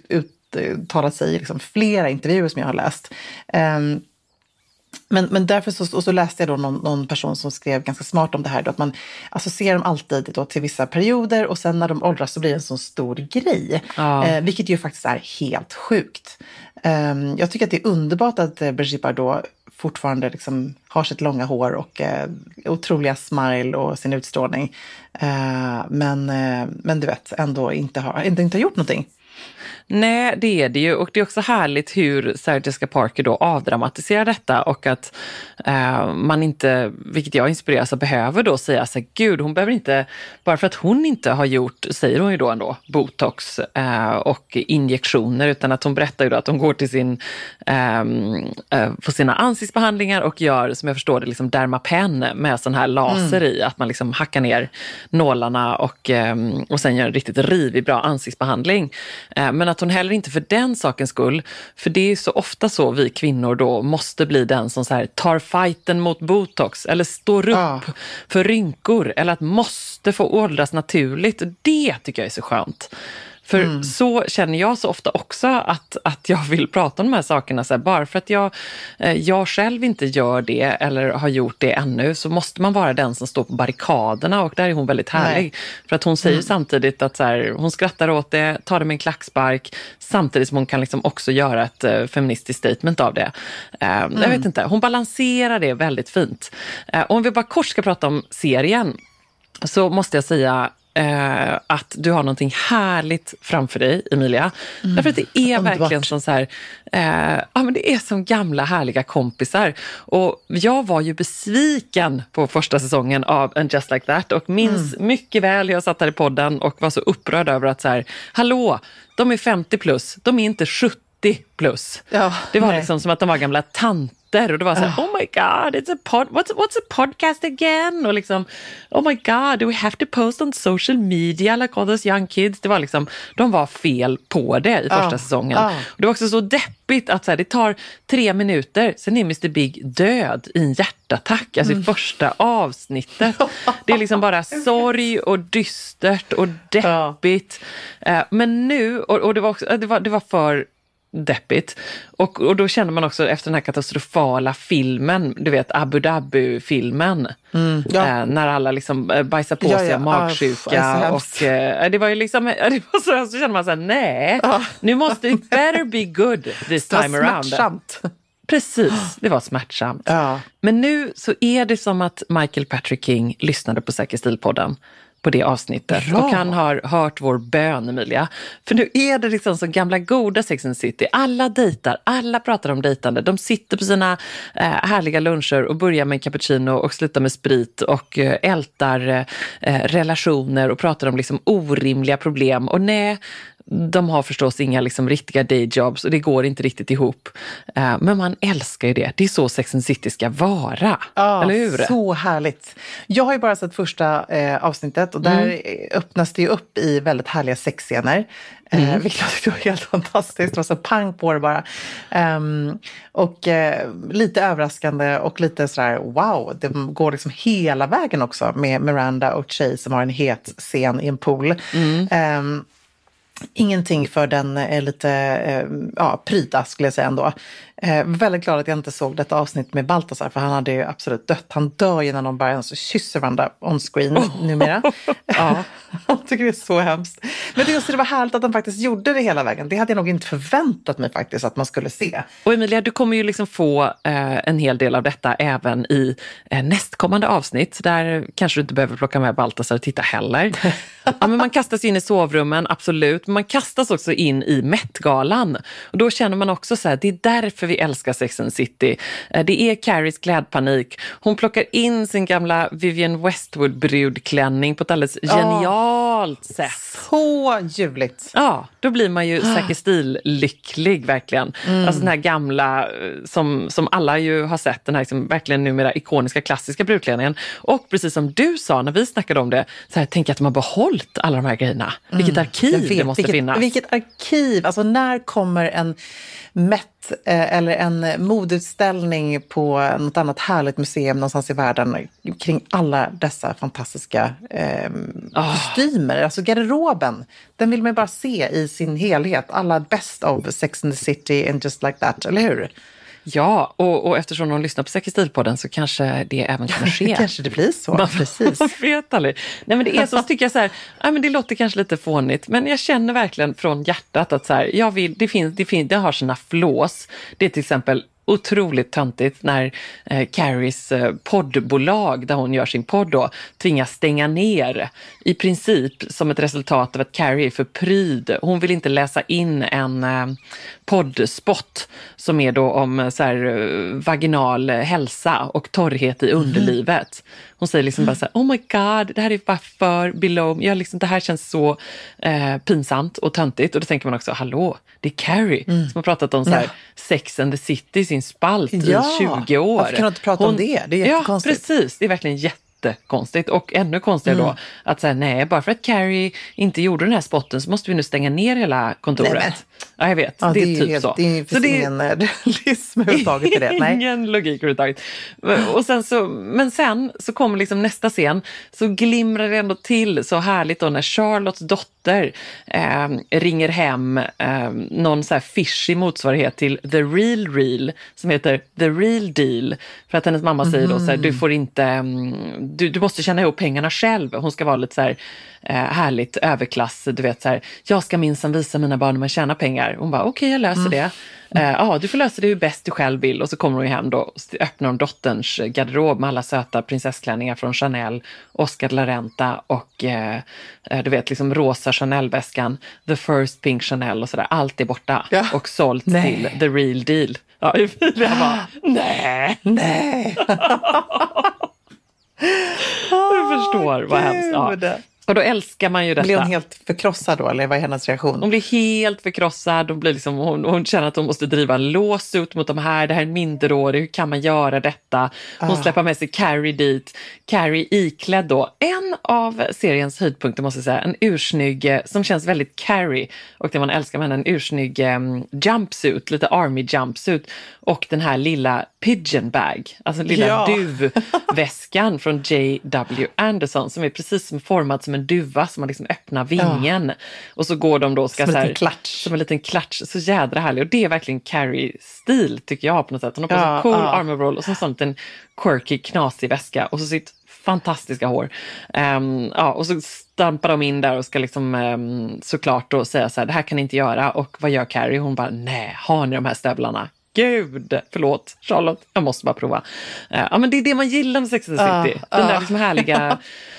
uttalat sig i liksom flera intervjuer som jag har läst. Eh, Men, men därför så, och så läste jag då någon, någon person som skrev ganska smart om det här. Då, att man associerar dem alltid då till vissa perioder och sen när de åldras så blir det en sån stor grej. Ja. Eh, vilket ju faktiskt är helt sjukt. Eh, jag tycker att det är underbart att eh, Brigitte Bardot fortfarande liksom har sitt långa hår och eh, otroliga smile och sin utstrålning. Eh, men, eh, men du vet, ändå inte har, inte, inte har gjort någonting. Nej, det är det ju. Och det är också härligt hur Sarah Jessica Parker då avdramatiserar detta och att eh, man inte, vilket jag inspireras av, behöver då säga så här, gud, hon behöver inte, bara för att hon inte har gjort, säger hon ju då ändå, botox eh, och injektioner, utan att hon berättar ju då att hon går till sin, eh, på sina ansiktsbehandlingar och gör, som jag förstår det, liksom Dermapen med sån här laser mm. i, att man liksom hackar ner nålarna och, eh, och sen gör en riktigt rivig bra ansiktsbehandling. Eh, men att hon heller inte för den sakens skull, för det är så ofta så vi kvinnor då måste bli den som så här tar fighten mot botox eller står upp ah. för rynkor eller att måste få åldras naturligt. Det tycker jag är så skönt. För mm. så känner jag så ofta också att, att jag vill prata om de här sakerna. Så här, bara för att jag, jag själv inte gör det eller har gjort det ännu, så måste man vara den som står på barrikaderna. Och där är hon väldigt härlig. Nej. För att hon säger mm. samtidigt att så här, hon skrattar åt det, tar det med en klackspark. Samtidigt som hon kan liksom också göra ett uh, feministiskt statement av det. Uh, mm. Jag vet inte, hon balanserar det väldigt fint. Uh, om vi bara kort ska prata om serien, så måste jag säga Uh, att du har någonting härligt framför dig, Emilia. Mm, Därför att det är underbart. Verkligen som så här, uh, ja, men det är som gamla härliga kompisar. Och jag var ju besviken på första säsongen av And Just Like That och minns mm. mycket väl, jag satt här i podden och var så upprörd över att så här, hallå, de är femtio plus, de är inte sjuttio plus. Ja, det var nej. liksom som att de var gamla tanter. Och det var så här, oh. oh my god, it's a pod, what's, what's a podcast again? Och liksom, oh my god, do we have to post on social media like all those young kids? Det var liksom, de var fel på det i första oh. säsongen. Oh. Och det var också så deppigt att så här, det tar tre minuter, sen är mister Big död i en hjärtattack, alltså mm. i första avsnittet. Det är liksom bara sorg och dystert och deppigt. Oh. Uh, men nu, och, och det var också, det var, det var för deppigt. Och, och då känner man också efter den här katastrofala filmen, du vet Abu Dhabi-filmen, mm, ja. eh, när alla liksom eh, bajsar på ja, sig ja. magsjuka ah, och eh, det var ju liksom, det var så, så känner man så här, nej, ah. nu måste it better be good this time around. Smärtsamt. Precis, det var smärtsamt. Ja. Men nu så är det som att Michael Patrick King lyssnade på Säker Stil-podden på det avsnittet. Bra. Och han har hört vår bön, Emilia. För nu är det liksom så gamla goda Sex and the City. Alla dejtar, alla pratar om dejtande. De sitter på sina eh, härliga luncher och börjar med en cappuccino och slutar med sprit och eh, ältar eh, relationer och pratar om liksom orimliga problem. Och nej, de har förstås inga liksom riktiga dayjobs och det går inte riktigt ihop. Uh, men man älskar ju det. Det är så Sex and the City ska vara. Ja, eller hur? Så härligt. Jag har ju bara sett första eh, avsnittet och där mm. öppnas det ju upp i väldigt härliga sexscener. Mm. Eh, vilket jag tyckte var helt fantastiskt. Det var så pang på det bara. Um, och eh, lite överraskande och lite sådär wow. Det går liksom hela vägen också med Miranda och Chase som har en het scen i en pool. Mm. Um, Ingenting för den är lite eh, ja, pryda skulle jag säga ändå. Eh, väldigt glad att jag inte såg detta avsnitt med Baltasar, för han hade ju absolut dött. Han dör ju när de bara så kysser varandra on screen oh. numera. Ja, jag tycker det är så hemskt. Men det, just, det var härligt att de faktiskt gjorde det hela vägen. Det hade jag nog inte förväntat mig faktiskt att man skulle se. Och Emilia, du kommer ju liksom få eh, en hel del av detta även i eh, nästkommande avsnitt. Där kanske du inte behöver plocka med Baltasar och titta heller. Ja, men man kastas in i sovrummen, absolut. Men man kastas också in i Met-galan. Och då känner man också så här, det är därför vi älskar Sex and the City. Det är Carries klädpanik. Hon plockar in sin gamla Vivienne Westwood brudklänning på ett alldeles ja. brutalt sätt. Så ljuvligt. Ja, då blir man ju säkert stillycklig verkligen. Mm. Alltså den här gamla som, som alla ju har sett, den här liksom verkligen numera ikoniska klassiska brudklänningen. Och precis som du sa när vi snackade om det, så här, tänk att de har behållit alla de här grejerna. Mm. Vilket arkiv vet, det måste vilket, finnas. Vilket arkiv, alltså när kommer en Met eh, eller en modeutställning på något annat härligt museum någonstans i världen kring alla dessa fantastiska eh, oh. kostymer. Alltså garderoben, den vill man bara se i sin helhet. Alla best of Sex and the City and Just Like That, eller hur? Ja, och, och eftersom de lyssnar på Säker stil-podden så kanske det även kommer ske. Kanske det blir så, man, precis. Man vet aldrig. Nej, men det är så, så tycker jag så här, ja, men det låter kanske lite fånigt, men jag känner verkligen från hjärtat att så här, jag vill, det finns, det finns, det har sina flås. Det är till exempel otroligt töntigt när eh, Carries eh, poddbolag, där hon gör sin podd då, tvingas stänga ner. I princip som ett resultat av att Carrie är för pryd. Hon vill inte läsa in en eh, poddspot som är då om så här, eh, vaginal hälsa och torrhet i underlivet. Hon säger liksom bara så här, oh my god, det här är bara för below. Jag liksom, det här känns så eh, pinsamt och töntigt. Och då tänker man också, hallå, det är Carrie mm. som har pratat om så här, ja. Sex and the City, sin spalt ja. i tjugo år. Varför kan du inte prata Hon, om det? Det är jättekonstigt. Ja, precis. Det är verkligen jättekonstigt. Och ännu konstigare mm. då att säga, nej, bara för att Carrie inte gjorde den här spotten så måste vi nu stänga ner hela kontoret. Nej, ja, jag vet. Ja, det, det är typ helt, så. Det finns ingen realism överhuvudtaget i det. Nej. Ingen logik överhuvudtaget. Och sen så, men sen så kommer liksom nästa scen, så glimrar det ändå till så härligt då när Charlottes dotter eh, ringer hem eh, någon så här fishy motsvarighet till The Real Real som heter The Real Deal. För att hennes mamma mm. säger då så här, du får inte, du, du måste tjäna ihop pengarna själv. Hon ska vara lite så här eh, härligt överklass, du vet så här, jag ska minsann visa mina barn hur man tjänar pengar. Hon bara, okej, okay, jag löser mm. det. Ja, uh, ah, du får lösa det hur bäst du själv vill. Och så kommer hon hem då och öppnar hon dotterns garderob med alla söta prinsessklänningar från Chanel, Oscar de la Renta och uh, du vet liksom rosa Chanel-väskan, The First Pink Chanel och sådär. Allt är borta ja. och sålt nej. till The Real Deal. Ja, jag bara, nej, nej. Du förstår vad hemskt. Ja. Och då älskar man ju detta. Blir hon helt förkrossad då, eller vad är hennes reaktion? Hon blir helt förkrossad, hon, blir liksom, hon, hon känner att hon måste driva en låsut mot de här, det här är en minderårig, hur kan man göra detta? Hon ah. släpper med sig Carrie dit, Carrie iklädd då, en av seriens höjdpunkter måste jag säga, en ursnygg, som känns väldigt Carrie, och det man älskar med henne, en ursnygg um, jumpsuit, lite army jumpsuit, och den här lilla pigeon bag, alltså lilla ja. duvväskan från J W Anderson som är precis som formad som en duva som man liksom öppnar vingen ja. och så går de då ska som, så här, en liten klatsch. som en liten klatsch, så jädra härlig, och det är verkligen Carrie-stil tycker jag på något sätt. Hon har på ja, sig cool ja. armor roll och så en sån liten quirky, knasig väska och så sitt fantastiska hår. Um, ja, och så stampar de in där och ska liksom um, såklart då säga så här, det här kan ni inte göra, och vad gör Carrie? Hon bara, nej, har ni de här stövlarna? Gud, förlåt Charlotte, jag måste bara prova. Uh, ja, men det är det man gillar med Sex and the City. Uh, Den uh. där liksom härliga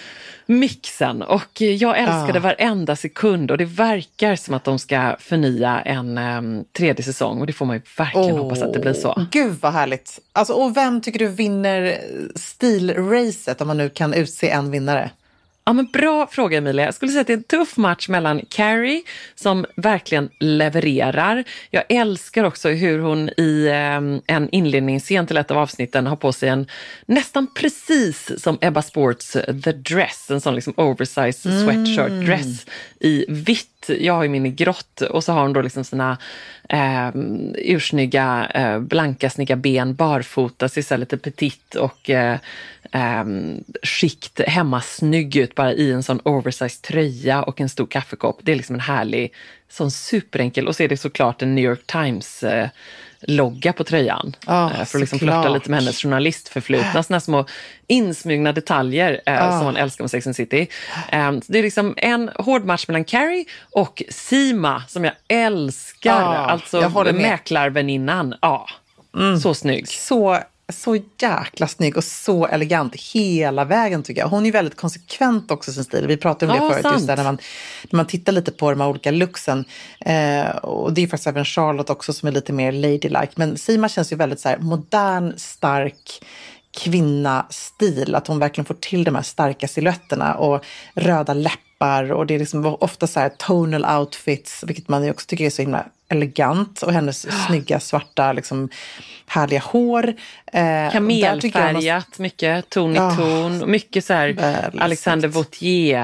mixen, och jag älskade uh. varenda sekund, och det verkar som att de ska förnya en um, tredje säsong, och det får man ju verkligen oh. hoppas att det blir så. Gud vad härligt. Alltså, och vem tycker du vinner stilracet, om man nu kan utse en vinnare? Ja, men bra fråga Emilia. Jag skulle säga att det är en tuff match mellan Carrie som verkligen levererar. Jag älskar också hur hon i eh, en inledningsscen till ett av avsnitten har på sig en nästan precis som Ebba Sports The Dress, en sån liksom oversized sweatshirt dress mm. i vitt. Jag har ju min i grått, och så har hon då liksom sina eh, ursnygga, eh, blanka, snygga ben, barfota, ser så lite petit och eh, eh, skikt hemma snygg ut bara i en sån oversized tröja och en stor kaffekopp. Det är liksom en härlig, sån superenkel, och så är det såklart en New York Times eh, logga på tröjan oh, för att liksom flirta lite med hennes journalistförflutna, såna små insmugna detaljer eh, oh. som man älskar med Sex and the City. Um, det är liksom en hård match mellan Carrie och Sima som jag älskar, oh, alltså jag mäklarväninnan. Ja, mm. så snygg. Så Så jäkla snygg och så elegant hela vägen tycker jag. Hon är väldigt konsekvent också sin stil. Vi pratade om det ja, förut, sant. just där när man, när man tittar lite på de här olika looksen. Eh, och det är faktiskt även Charlotte också som är lite mer ladylike. Men Sima känns ju väldigt så här modern, stark, kvinna-stil. Att hon verkligen får till de här starka silhuetterna och röda läppar. Och det är liksom ofta så här tonal outfits, vilket man ju också tycker är så himla elegant. Och hennes ja. snygga svarta liksom härliga hår. Eh, Kamelfärgat, måste... mycket ton i ja, ton. Mycket så här Alexander Vautier,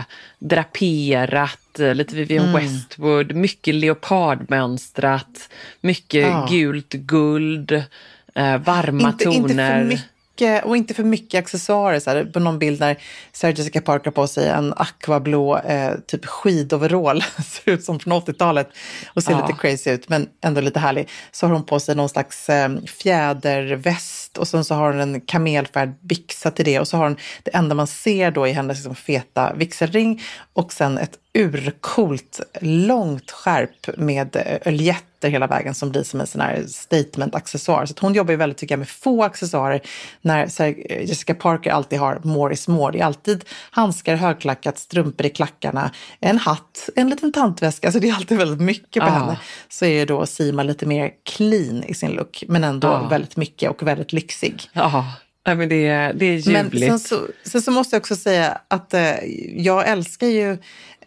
draperat, lite Vivienne mm. Westwood, mycket leopardmönstrat, mycket ja. gult guld, eh, varma inte, toner. Inte för mycket. Och inte för mycket accessoarer. Så här, på någon bild när Sarah Jessica Parker på sig en aquablå eh, typ skidoverall. Ser ut som från åttiotalet och ser ja. lite crazy ut men ändå lite härlig. Så har hon på sig någon slags eh, fjäderväst och sen så har hon en kamelfärd byxa till det. Och så har hon det enda man ser då i hennes liksom, feta vigselring och sen ett urcoolt långt skärp med öljetter hela vägen som blir som en sån här statement-accessoar. Så att hon jobbar ju väldigt tycker jag med få accessoarer när så här, Jessica Parker alltid har more is more. Det är alltid handskar, högklackat, strumpor i klackarna, en hatt, en liten tantväska. Alltså det är alltid väldigt mycket på ah. henne. Så är då Sima lite mer clean i sin look men ändå ah. väldigt mycket och väldigt lyxig. Ja. Ja, men det, det är ljuvligt. Men sen så, sen så måste jag också säga att eh, jag älskar ju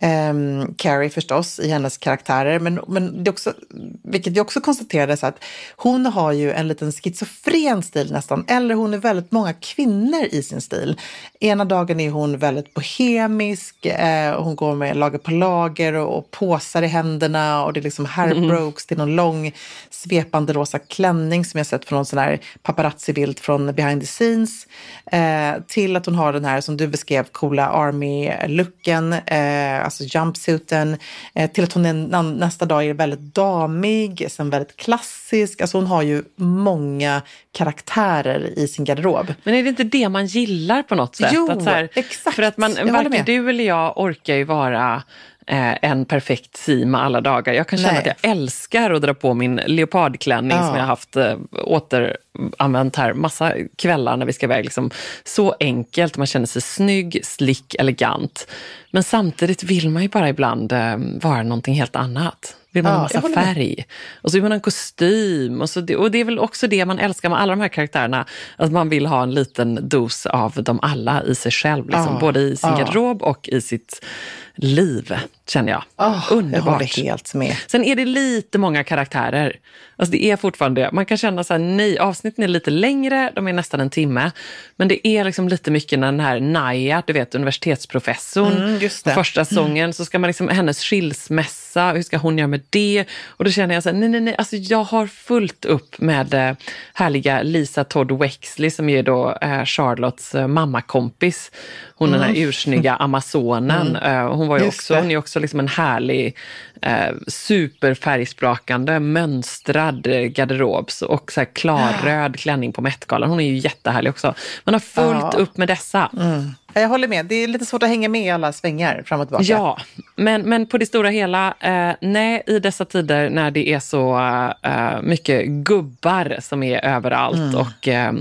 Um, Carrie förstås i hennes karaktärer men, men det är också, vilket jag också konstaterade så att hon har ju en liten schizofren stil nästan, eller hon är väldigt många kvinnor i sin stil. Ena dagen är hon väldigt bohemisk, eh, hon går med lager på lager och, och påsar i händerna och det är liksom hairbrokes, mm. det är någon lång svepande rosa klänning som jag sett från någon sån här paparazzi-bild från behind the scenes, eh, till att hon har den här som du beskrev coola army-looken, eh, alltså jumpsuiten, eh, till att hon är, nästa dag är väldigt damig, sen väldigt klassisk. Alltså hon har ju många karaktärer i sin garderob. Men är det inte det man gillar på något sätt? Jo, att så här, exakt. För att man, varken du eller jag orkar ju vara eh, en perfekt Sima alla dagar. Jag kan känna Nej. att jag älskar att dra på min leopardklänning ja. som jag har haft eh, återanvänt här massa kvällar när vi ska iväg. Liksom, så enkelt, man känner sig snygg, slick, elegant. Men samtidigt vill man ju bara ibland eh, vara någonting helt annat. Vill man ja, ha massa färg. Och så vill man ha en kostym. Och, så det, och det är väl också det man älskar med alla de här karaktärerna. Att man vill ha en liten dos av dem alla i sig själv. Liksom, ja, både i sin ja. garderob och i sitt liv, känner jag. Oh, Underbart. Jag håller helt med. Sen är det lite många karaktärer. Alltså det är fortfarande, man kan känna så här, nej, avsnitten är lite längre, de är nästan en timme. Men det är liksom lite mycket när den här Naya, du vet, universitetsprofessorn. Mm, just det. Första sången, mm. så ska man liksom, hennes skilsmässa, hur ska hon göra med det? Och då känner jag så här, nej, nej, nej, alltså jag har fullt upp med eh, härliga Lisa Todd Wexley som är då eh, Charlottes eh, mammakompis. Hon mm. den här ursnygga amazonen. Mm. Eh, hon var ju också, hon är också liksom en härlig eh, superfärgsprakande, mönstrad garderobs och så här klarröd klänning på Met-galan. Hon är ju jättehärlig också. Man har fullt ja. upp med dessa. Mm. Jag håller med. Det är lite svårt att hänga med i alla svängar fram och tillbaka. Ja, men, men på det stora hela, eh, nej, i dessa tider när det är så eh, mycket gubbar som är överallt mm. och eh,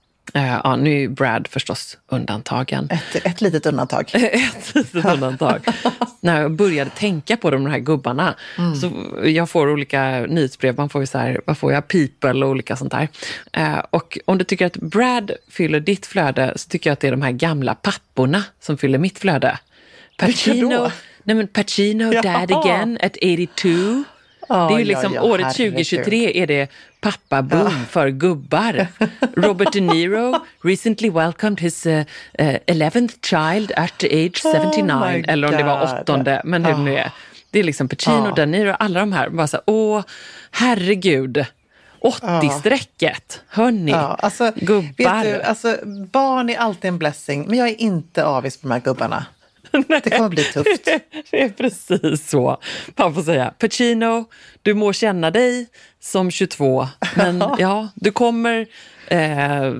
Uh, ja, nu är Brad förstås undantagen. Ett, ett litet undantag. ett litet undantag. När jag började tänka på de här gubbarna mm. så jag får olika nyhetsbrev, man får ju så här, vad får jag, People och olika sånt där. Uh, och om du tycker att Brad fyller ditt flöde så tycker jag att det är de här gamla papporna som fyller mitt flöde. Pacino, nej men Pacino ja. Dad Again at åttiotvå. Oh, det är ju liksom, ja, ja, året tjugohundratjugotre är det pappa-boom ja. för gubbar. Robert De Niro recently welcomed his uh, uh, eleventh child at age seventy-nine. Oh eller om det var åttonde, men hur oh. det nu är. Det är liksom Pacino, oh. De Niro, alla de här. Bara så här, åh, herregud. åttio-strecket. Hörni, ja, alltså, gubbar. Vet du, alltså, barn är alltid en blessing, men jag är inte avis på de här gubbarna. Det kommer bli tufft. Det är precis så. Man får säga, Pacino, du må känna dig som tjugotvå, men ja, du kommer eh,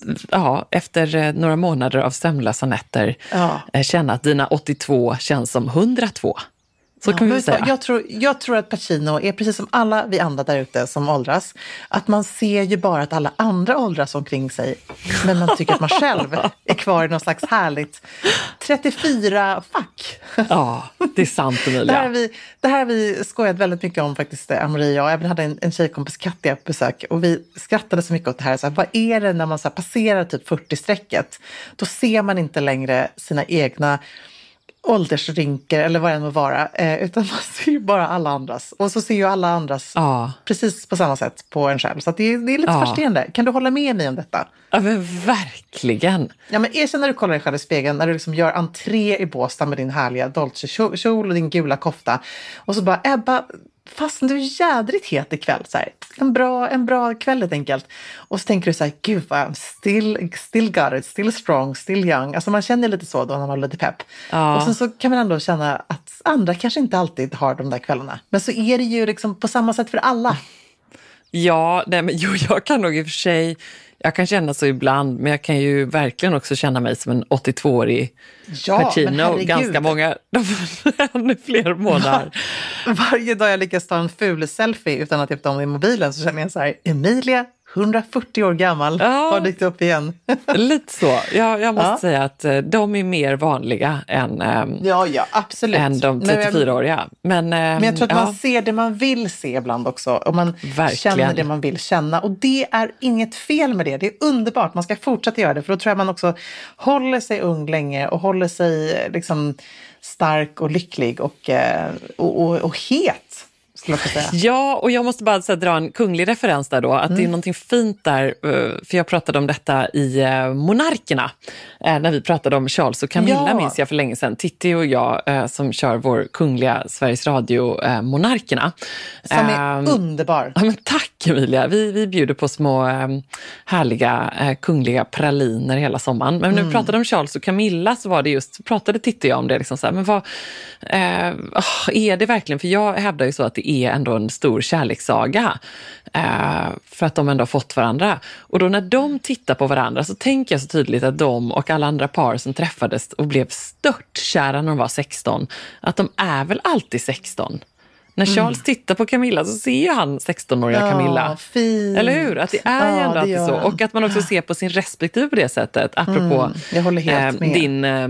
ja, efter eh, några månader av sömnlösa nätter ja. eh, känna att dina åttiotvå känns som hundratvå. Så kan ja, vi säga. Jag tror, jag tror att Pacino är precis som alla vi andra där ute som åldras. Att man ser ju bara att alla andra åldras omkring sig. Men man tycker att man själv är kvar i någon slags härligt trettiofyra-fack. Ja, det är sant, Emilia. Det här har vi, det här har vi skojat väldigt mycket om faktiskt, Ann-Marie och jag. Jag hade en, en tjejkompis, Katja, på besök. Och vi skrattade så mycket åt det här. Så här, vad är det när man så här passerar typ fyrtio-strecket? Då ser man inte längre sina egna åldersrynkor eller vad det än må vara, eh, utan man ser ju bara alla andras. Och så ser ju alla andras ja. precis på samma sätt på en själv. Så att det, är, det är lite ja. fascinerande. Kan du hålla med mig om detta? Ja, men verkligen. Ja, men erkänn när du kollar dig själv i spegeln, när du liksom gör entré i Båstad med din härliga Dolce-kjol och din gula kofta. Och så bara, Ebba, fastän du är jädrigt het ikväll. Så här. En, bra, en bra kväll helt enkelt. Och så tänker du så här, gud vad I'm still, still got it, still strong, still young. Alltså man känner lite så då när man har lite pepp. Ja. Och sen så kan man ändå känna att andra kanske inte alltid har de där kvällarna. Men så är det ju liksom på samma sätt för alla. Ja, nej, men jo, jag kan nog i och för sig, jag kan känna så ibland, men jag kan ju verkligen också känna mig som en åttiotvåårig ja, Pacino, ganska många, ännu fler månader. Varje dag jag lyckas ta en ful selfie utan att titta om i mobilen så känner jag så här, Emilia, hundrafyrtio år gammal, ja, har dykt upp igen. Lite så. Jag, jag måste ja. säga att de är mer vanliga än, ja, ja, absolut. än de trettiofyraåriga. Men, men jag tror att ja. man ser det man vill se ibland också. Och man Verkligen. känner det man vill känna. Och det är inget fel med det. Det är underbart. Man ska fortsätta göra det. För då tror jag man också håller sig ung länge och håller sig liksom stark och lycklig och, och, och, och het. Ja, och jag måste bara så här, dra en kunglig referens där då, att mm. det är någonting fint där, för jag pratade om detta i Monarkerna, när vi pratade om Charles och Camilla, ja. minns jag för länge sedan, Titti och jag som kör vår kungliga Sveriges Radio Monarkerna. Som är um, underbar. Ja, men tack Emilia, vi, vi bjuder på små um, härliga uh, kungliga praliner hela sommaren, men mm. när vi pratade om Charles och Camilla så var det just, pratade Titti och jag om det liksom så här, men vad uh, oh, är det verkligen, för jag hävdar ju så att det är ändå en stor kärlekssaga eh, för att de ändå har fått varandra. Och då när de tittar på varandra så tänker jag så tydligt att de och alla andra par som träffades och blev störtkära när de var sexton, att de är väl alltid sexton. När Charles mm. tittar på Camilla så ser ju han sextonåriga ja, Camilla. Fint. Eller hur? Att det är ju ja, ändå alltid så. Och att man också ser på sin respektive på det sättet. Apropå mm, eh, din eh,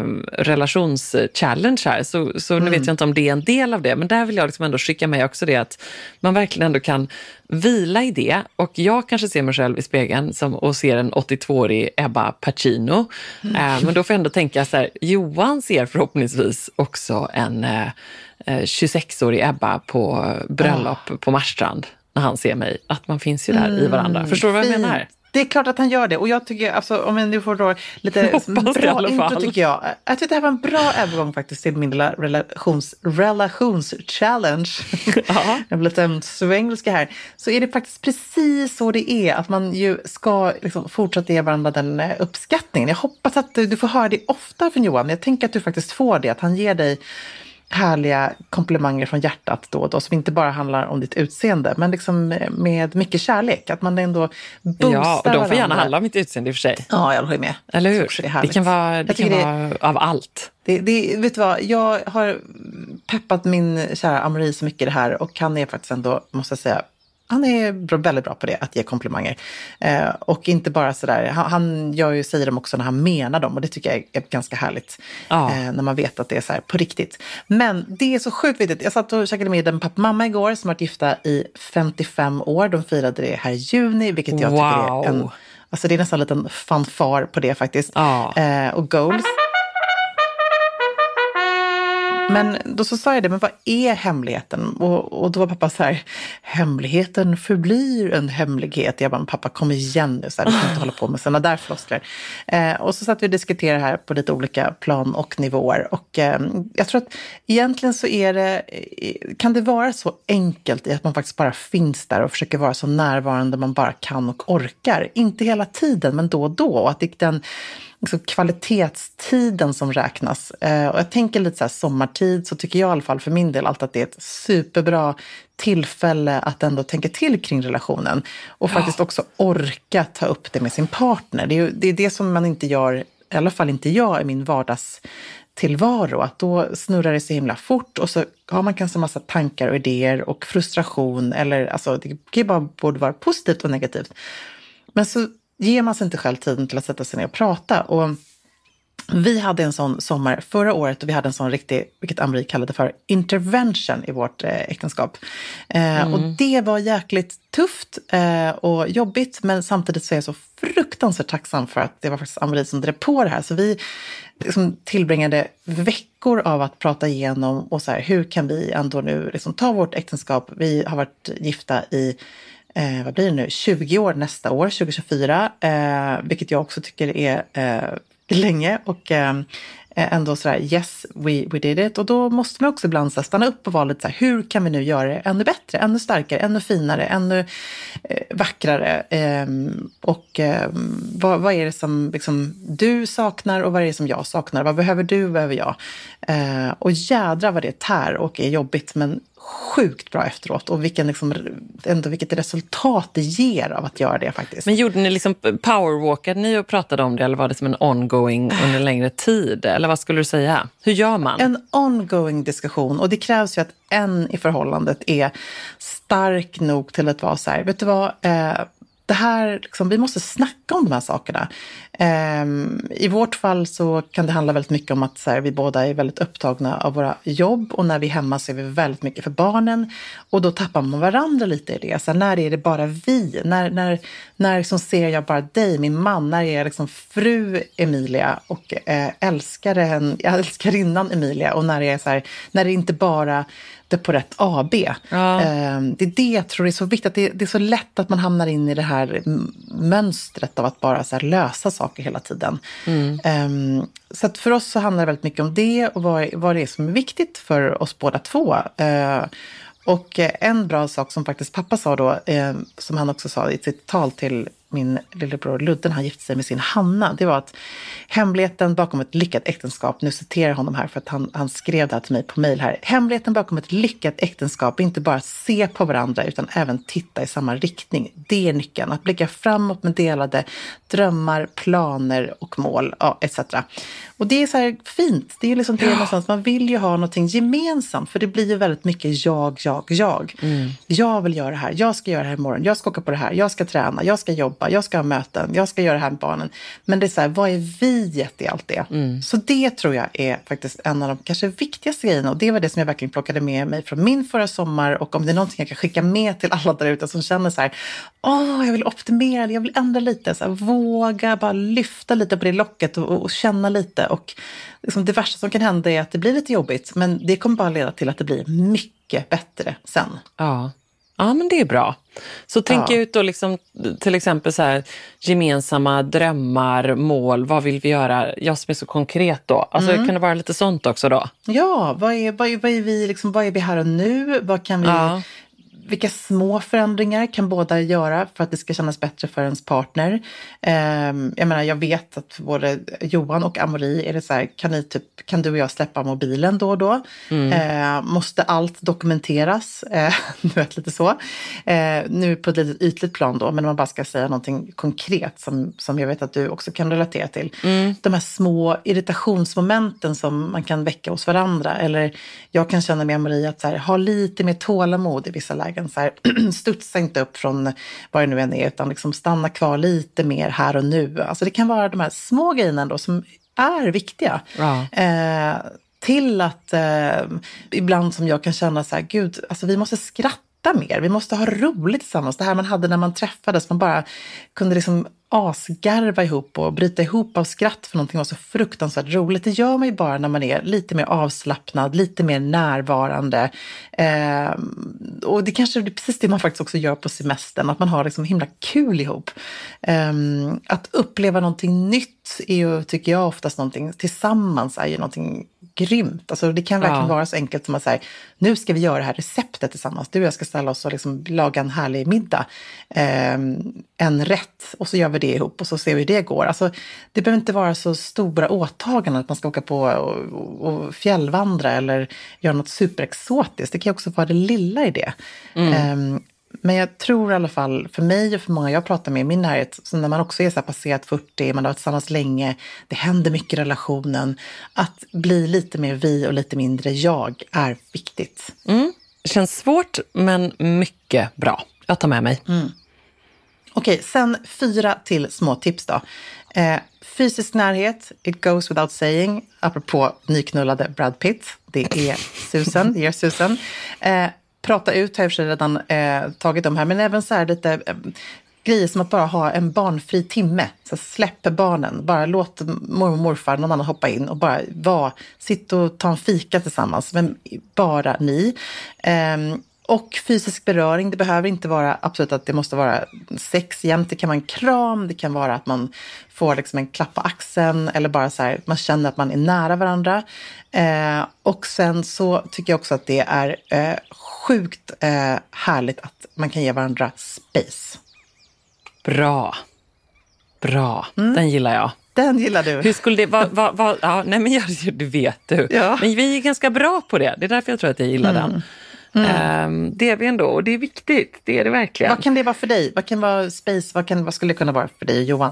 relationschallenge här. Så, så mm. nu vet jag inte om det är en del av det. Men där vill jag liksom ändå skicka med också det att man verkligen ändå kan vila i det. Och jag kanske ser mig själv i spegeln som, och ser en åttiotvåårig Ebba Pacino. Mm. Eh, men då får jag ändå tänka så här, Johan ser förhoppningsvis också en eh, tjugosexårig Ebba på bröllop oh. på Marstrand när han ser mig. Att man finns ju där mm, i varandra. Förstår du vad jag fint. menar? Det är klart att han gör det. Och jag tycker, alltså, om jag nu får då lite bra intro tycker jag. Jag tycker det här var en bra övergång faktiskt till min lilla relations, relations-challenge. Jag blir lite svengelska här. Så är det faktiskt precis så det är. Att man ju ska liksom fortsätta ge varandra den uppskattningen. Jag hoppas att du, du får höra det ofta från Johan. Jag tänker att du faktiskt får det. Att han ger dig härliga komplimanger från hjärtat då och då, som inte bara handlar om ditt utseende, men liksom med mycket kärlek. Att man ändå boostar ja, och de får varandra. Gärna handla om mitt utseende i och för sig. Ja, jag håller med. Eller hur? Det, det kan vara, det kan vara det, av allt. Det, det, vet du vad, jag har peppat min kära Ann-Marie så mycket i det här, och han är faktiskt ändå, måste jag säga, han är bra, väldigt bra på det, att ge komplimanger. Eh, och inte bara sådär, han, han gör ju, säger dem också när han menar dem, och det tycker jag är, är ganska härligt. Ja. Eh, när man vet att det är så här på riktigt. Men det är så sjukt viktigt. Jag satt och käkade med en pappa och mamma igår som har varit gifta i femtiofem år. De firade det här i juni, vilket jag wow. tycker är en, alltså det är nästan en liten fanfar på det faktiskt. Ja. Eh, och goals. Men då så sa jag det, men vad är hemligheten? Och, och då var pappa så här, hemligheten förblir en hemlighet. Jag bara, pappa kom igen nu, så här, du kan inte hålla på med sådana där floskler. Eh, och så satt vi och diskuterade här på lite olika plan och nivåer. Och eh, jag tror att egentligen så är det, kan det vara så enkelt i att man faktiskt bara finns där och försöker vara så närvarande man bara kan och orkar. Inte hela tiden, men då och då. Och att det är den liksom kvalitetstiden som räknas. Eh, och jag tänker lite så här sommartid, så tycker jag i alla fall för min del alltid att det är ett superbra tillfälle att ändå tänka till kring relationen. Och faktiskt också orka ta upp det med sin partner. Det är ju, det är det som man inte gör i alla fall inte jag i min vardagstillvaro, att då snurrar det så himla fort och så har man kanske en massa tankar och idéer och frustration, eller alltså det kan ju bara både vara positivt och negativt. Men så ger man sig inte själv tiden till att sätta sig ner och prata. Och vi hade en sån sommar förra året och vi hade en sån riktig, vilket Ann-Marie kallade för intervention i vårt eh, äktenskap. Eh, mm. Och det var jäkligt tufft eh, och jobbigt, men samtidigt så är jag så fruktansvärt tacksam för att det var faktiskt Ann-Marie som drev på det här. Så vi liksom tillbringade veckor av att prata igenom och så här, hur kan vi ändå nu liksom ta vårt äktenskap. Vi har varit gifta i Eh, vad blir det nu? tjugo år nästa år, tjugo tjugofyra. Eh, vilket jag också tycker är eh, länge. Och eh, ändå sådär, yes, we, we did it. Och då måste man också ibland så här, stanna upp och vara lite så här, hur kan vi nu göra det ännu bättre, ännu starkare, ännu finare, ännu eh, vackrare. Eh, och eh, vad, vad är det som liksom, du saknar och vad är det som jag saknar? Vad behöver du, vad behöver jag? Eh, och jädra vad det tär och är jobbigt, men sjukt bra efteråt, och vilken liksom, ändå vilket resultat det ger av att göra det faktiskt. Men gjorde ni liksom powerwalkade ni och pratade om det, eller var det som en ongoing under en längre tid, eller vad skulle du säga? Hur gör man? En ongoing diskussion, och det krävs ju att en i förhållandet är stark nog till att vara så här, vet du vad, eh, det här, liksom, vi måste snacka om de här sakerna. Um, I vårt fall så kan det handla väldigt mycket om att så här, vi båda är väldigt upptagna av våra jobb, och när vi är hemma så är vi väldigt mycket för barnen, och då tappar man varandra lite i det. Så här, när är det bara vi? När, när, när liksom ser jag bara dig, min man? När är jag liksom fru Emilia och eh, älskaren, älskarinnan Emilia? Och när är jag så här, när det inte bara det på rätt A B. Ja. Um, det är det jag tror är så viktigt. Det är, det är så lätt att man hamnar in i det här mönstret av att bara så här lösa saker hela tiden. Mm. Um, så att för oss så handlar det väldigt mycket om det, och vad, vad det är som är viktigt för oss båda två. Uh, och en bra sak som faktiskt pappa sa då, uh, som han också sa i sitt tal till min lillebror Ludden, han gifte sig med sin Hanna, det var att hemligheten bakom ett lyckat äktenskap, nu citerar jag honom här för att han, han skrev det här till mig på mejl här, hemligheten bakom ett lyckat äktenskap är inte bara att se på varandra utan även titta i samma riktning. Det är nyckeln, att blicka framåt med delade drömmar, planer och mål, ja, et cetera. Och det är så här fint, det är liksom det ja. någonstans, man vill ju ha någonting gemensamt, för det blir ju väldigt mycket jag, jag, jag. Mm. Jag vill göra det här, jag ska göra det här imorgon, jag ska åka på det här, jag ska träna, jag ska jobba, jag ska ha möten, jag ska göra det här med barnen. Men det är så här, vad är viet i allt det? Mm. Så det tror jag är faktiskt en av de kanske viktigaste grejerna, och det var det som jag verkligen plockade med mig från min förra sommar, och om det är någonting jag kan skicka med till alla där ute som känner så här, åh, jag vill optimera, jag vill ändra lite, så här, våga bara lyfta lite på det locket och, och känna lite. Och liksom det värsta som kan hända är att det blir lite jobbigt, men det kommer bara leda till att det blir mycket bättre sen. Ja, ja men det är bra. Så tänk ja. ut då liksom, till exempel så här, gemensamma drömmar, mål, vad vill vi göra? Jag som är så konkret då. Alltså mm. kan det vara lite sånt också då? Ja, vad är, vad är, vad är vi liksom, vad är vi här och nu? Vad kan vi... Ja. Vilka små förändringar kan båda göra för att det ska kännas bättre för ens partner? Eh, jag menar, jag vet att både Johan och Ann-Marie är det så här, kan, ni typ, kan du och jag släppa mobilen då och då? Mm. Eh, måste allt dokumenteras? Eh, du vet, lite så. Eh, nu på ett litet ytligt plan då, men man bara ska säga någonting konkret som, som jag vet att du också kan relatera till. Mm. De här små irritationsmomenten som man kan väcka hos varandra. Eller jag kan känna med Ann-Marie att så här, ha lite mer tålamod i vissa lägen. Så här, studsa inte upp från vad det nu än är, utan liksom stanna kvar lite mer här och nu. Alltså det kan vara de här små grejerna då som är viktiga. Ja. Eh, till att eh, ibland som jag kan känna så här, gud, alltså vi måste skratta mer. Vi måste ha roligt tillsammans. Det här man hade när man träffades, man bara kunde liksom asgarva ihop och bryta ihop av skratt för någonting var så fruktansvärt roligt. Det gör man ju bara när man är lite mer avslappnad, lite mer närvarande. Eh, och det kanske är precis det man faktiskt också gör på semestern, att man har liksom himla kul ihop. Eh, att uppleva någonting nytt är ju, tycker jag, oftast någonting tillsammans är ju någonting grymt. Alltså det kan verkligen ja. vara så enkelt som att säga, nu ska vi göra det här receptet tillsammans. Du och jag ska ställa oss och liksom laga en härlig middag. Eh, en rätt, och så gör vi det ihop och så ser vi hur det går. Alltså, det behöver inte vara så stora åtaganden att man ska åka på och, och, och fjällvandra eller göra något superexotiskt. Det kan också vara det lilla i det. Mm. Um, Men jag tror i alla fall, för mig och för många jag pratar med i min närhet, så när man också är så här passerat fyrtio, man har varit tillsammans länge, det händer mycket i relationen, att bli lite mer vi och lite mindre jag är viktigt. Mm. Det känns svårt, men mycket bra. Jag tar med mig. Mm. Okej, sen fyra till små tips då. Eh, fysisk närhet, it goes without saying, apropå nyknullade Brad Pitt, det är Susan, det är Susan. Eh, prata ut har jag för sig redan eh, tagit om här, men även så här lite eh, grejer som att bara ha en barnfri timme. Så släpp barnen, bara låt mormor och morfar, någon annan hoppa in och bara vara, sitt och ta en fika tillsammans, men bara ni. Eh, Och fysisk beröring, det behöver inte vara absolut att det måste vara sex jämt. Det kan vara en kram, det kan vara att man får liksom en klapp på axeln eller bara så här, man känner att man är nära varandra. Eh, och sen så tycker jag också att det är eh, sjukt eh, härligt att man kan ge varandra space. Bra. Bra, mm. Den gillar jag. Den gillar du. Hur skulle det va, va, va, ja, nej men jag, det vet du. Ja. Men vi är ganska bra på det. Det är därför jag tror att jag gillar mm. den. Mm. Um, det är vi ändå, och det är viktigt, det är det verkligen. Vad kan det vara för dig? Vad kan vara space? Vad, kan, vad skulle det kunna vara för dig, Johan?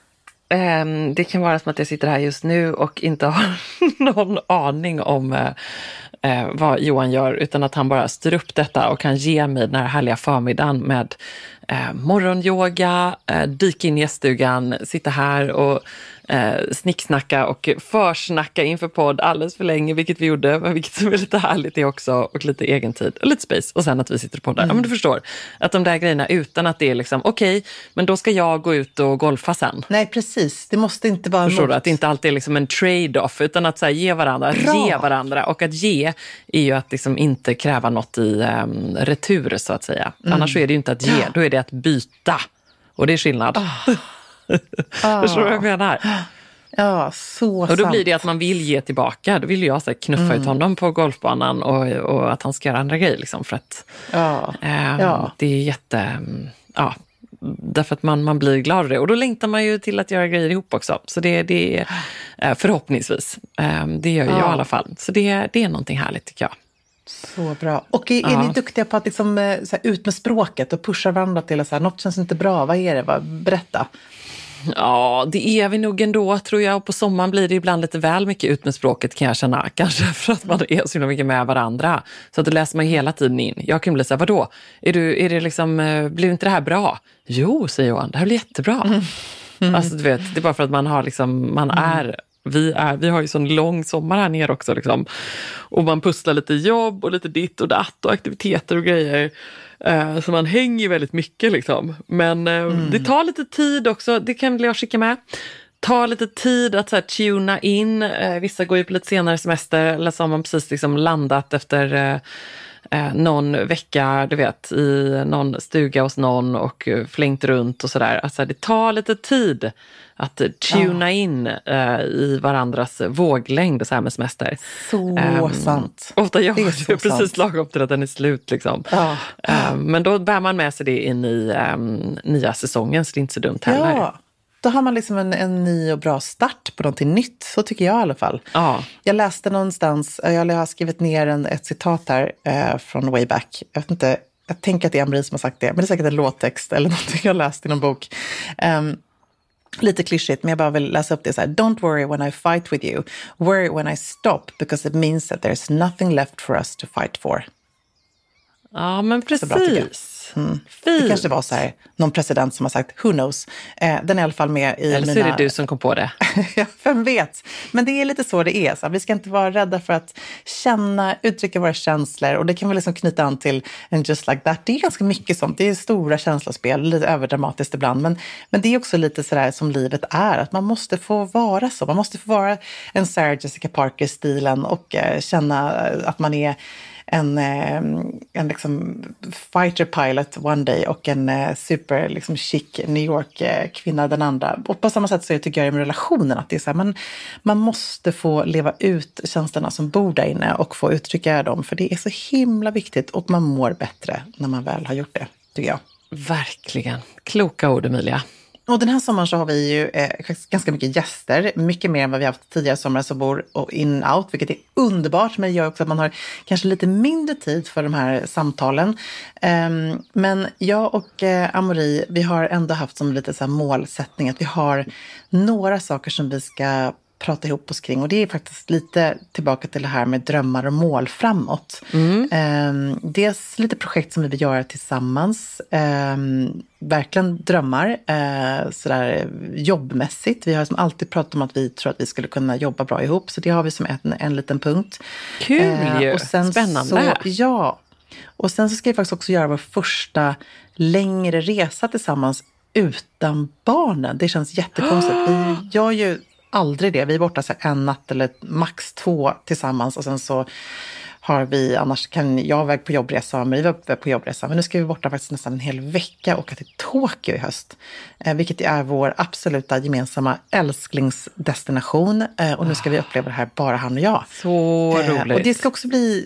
Um, det kan vara som att jag sitter här just nu och inte har någon aning om uh, uh, vad Johan gör, utan att han bara styr upp detta och kan ge mig den här härliga förmiddagen med uh, morgonyoga, uh, dyka in i gäststugan, sitta här och Eh, snicksnacka och försnacka inför podd alldeles för länge, vilket vi gjorde, men vilket som är lite härligt det också, och lite egentid och lite space, och sen att vi sitter och poddar. Mm. Ja, men du förstår, att de där grejerna utan att det är liksom, okej, okay, men då ska jag gå ut och golfa sen. Nej, precis. Det måste inte vara förstår något. Du, att det inte alltid är liksom en trade-off, utan att så här, ge varandra, Bra. ge varandra, och att ge är ju att liksom inte kräva något i um, retur, så att säga. Mm. Annars så är det ju inte att ge, ja. Då är det att byta, och det är skillnad. Oh. Ah. Förstår du vad jag menar? Ja, så Och då sant. blir det att man vill ge tillbaka. Då vill jag så här, knuffa mm. ut honom på golfbanan och, och att han ska göra andra grejer. Liksom, för att ja. Eh, ja. det är jätte... Ja, därför att man, man blir glad av det. Och då längtar man ju till att göra grejer ihop också. Så det, det är förhoppningsvis. Eh, det gör ja. jag i alla fall. Så det, det är någonting härligt, tycker jag. Så bra. Och är, är ja. ni duktiga på att liksom, så här, ut med språket och pusha varandra till att så här, något känns inte bra, vad är det? Vad, berätta. Ja, det är vi nog ändå, tror jag. Och på sommaren blir det ibland lite väl mycket ut med språket, kan jag känna. Kanske för att man är så mycket med varandra. Så att då läser man hela tiden in. Jag kan bli så här, vadå? Är, du, är det liksom, blir inte det här bra? Jo, säger Johan, det här blir jättebra. Mm. Mm. Alltså du vet, det är bara för att man har liksom, man mm. är... Vi, är, vi har ju sån lång sommar här nere också. Liksom. Och man pusslar lite jobb och lite ditt och datt och aktiviteter och grejer. Eh, så man hänger ju väldigt mycket. Liksom. Men eh, mm. det tar lite tid också. Det kan jag skicka med. Ta lite tid att så här, tuna in. Eh, vissa går ju på lite senare semester. Eller så har man precis liksom landat efter... Eh, Eh, någon vecka, du vet, i någon stuga hos någon och eh, flängt runt och sådär. Alltså det tar lite tid att tuna ja. in eh, i varandras våglängd så här med semester. Så um, sant. Ofta gör det, det precis sant. Lagom till att den är slut liksom. Ja. Um, men då bär man med sig det in i um, nya säsongen, så det är inte så dumt heller. Ja. Då har man liksom en, en ny och bra start på någonting nytt. Så tycker jag i alla fall. Ja. Jag läste någonstans, jag har skrivit ner en, ett citat här eh, från way back. Jag vet inte, jag tänker att det är Ann-Marie som har sagt det. Men det är säkert en låttext eller någonting jag läst i någon bok. Um, lite klyschigt, men jag bara vill läsa upp det så här. Don't worry when I fight with you. Worry when I stop, because it means that there's nothing left for us to fight for. Ja, men precis. Mm. Det kanske var så här, någon president som har sagt, who knows. Eh, den är i alla fall med i Eller så mina... är det du som kom på det. Ja, vem vet. Men det är lite så det är. Så vi ska inte vara rädda för att känna, uttrycka våra känslor. Och det kan vi liksom knyta an till en Just Like That. Det är ganska mycket sånt. Det är stora känslospel, lite överdramatiskt ibland. Men, men det är också lite sådär som livet är. Att man måste få vara så. Man måste få vara en Sarah Jessica Parker-stilen och eh, känna att man är en, en liksom fighter pilot one day och en super liksom chic New York-kvinna den andra. Och på samma sätt så tycker jag med relationen att det är så här, man, man måste få leva ut känslorna som bor där inne och få uttrycka dem, för det är så himla viktigt och man mår bättre när man väl har gjort det, tycker jag. Verkligen. Kloka ord, Emilia. Och den här sommaren så har vi ju eh, ganska mycket gäster, mycket mer än vad vi haft tidigare sommar som bor in out, vilket är underbart, men det gör också att man har kanske lite mindre tid för de här samtalen. Um, men jag och eh, Amaury, vi har ändå haft som lite så här målsättning att vi har några saker som vi ska prata ihop oss kring. Och det är faktiskt lite tillbaka till det här med drömmar och mål framåt. Mm. Um, dels lite projekt som vi vill göra tillsammans. Um, verkligen drömmar. Uh, sådär jobbmässigt. Vi har som alltid pratat om att vi tror att vi skulle kunna jobba bra ihop. Så det har vi som en, en liten punkt. Kul uh, ju! Och sen Spännande! Så, ja. Och sen så ska vi faktiskt också göra vår första längre resa tillsammans utan barnen. Det känns jättekonstigt. Vi gör ju aldrig det. Vi är borta så en natt eller max två tillsammans och sen så har vi, annars kan jag väg på jobbresa och Marie var på jobbresa. Men nu ska vi borta faktiskt nästan en hel vecka och åka till Tokyo i höst. Eh, vilket är vår absoluta gemensamma älsklingsdestination. Eh, och nu ska vi uppleva det här bara han och jag. Så roligt. Eh, och det ska också bli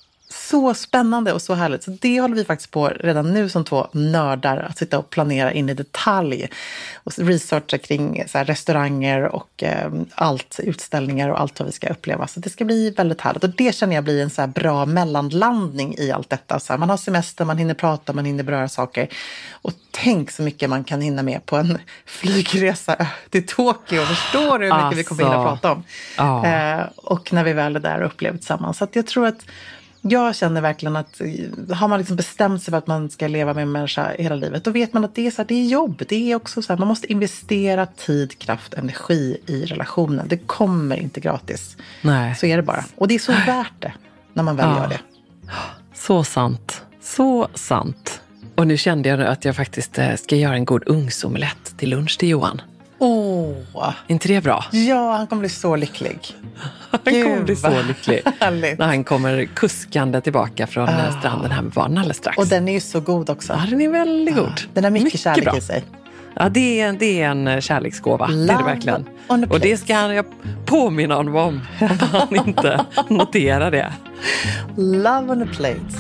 så spännande och så härligt. Så det håller vi faktiskt på redan nu som två nördar att sitta och planera in i detalj. Och researcha kring så här restauranger och eh, allt, utställningar och allt vad vi ska uppleva. Så det ska bli väldigt härligt. Och det känner jag blir en så här bra mellanlandning i allt detta. Så här, man har semester, man hinner prata, man hinner beröra saker. Och tänk så mycket man kan hinna med på en flygresa till Tokyo. Förstår du hur mycket alltså, vi kommer hinna prata om? Oh. Eh, och när vi väl är där och upplever tillsammans. Så att jag tror att jag känner verkligen att har man liksom bestämt sig för att man ska leva med en människa hela livet, då vet man att det är, så här, det är jobb. Det är också så här, man måste investera tid, kraft, energi i relationen. Det kommer inte gratis. Nej. Så är det bara. Och det är så värt det när man väl ja. gör det. Så sant. Så sant. Och nu kände jag att jag faktiskt ska göra en god ungsomelett till lunch till Johan. Åh! Oh. Inte det bra? Ja, han kommer bli så lycklig. Han kommer bli så lycklig. När han kommer kuskande tillbaka från oh. stranden här med barnen alldeles strax. Och den är ju så god också. Ja, den är väldigt god. Den har mycket, mycket kärlek bra. i sig. Ja, det är, det är en kärleksgåva. Love det är det verkligen. Och det ska han jag påminna honom om. Om han inte noterar det. Love on a plate.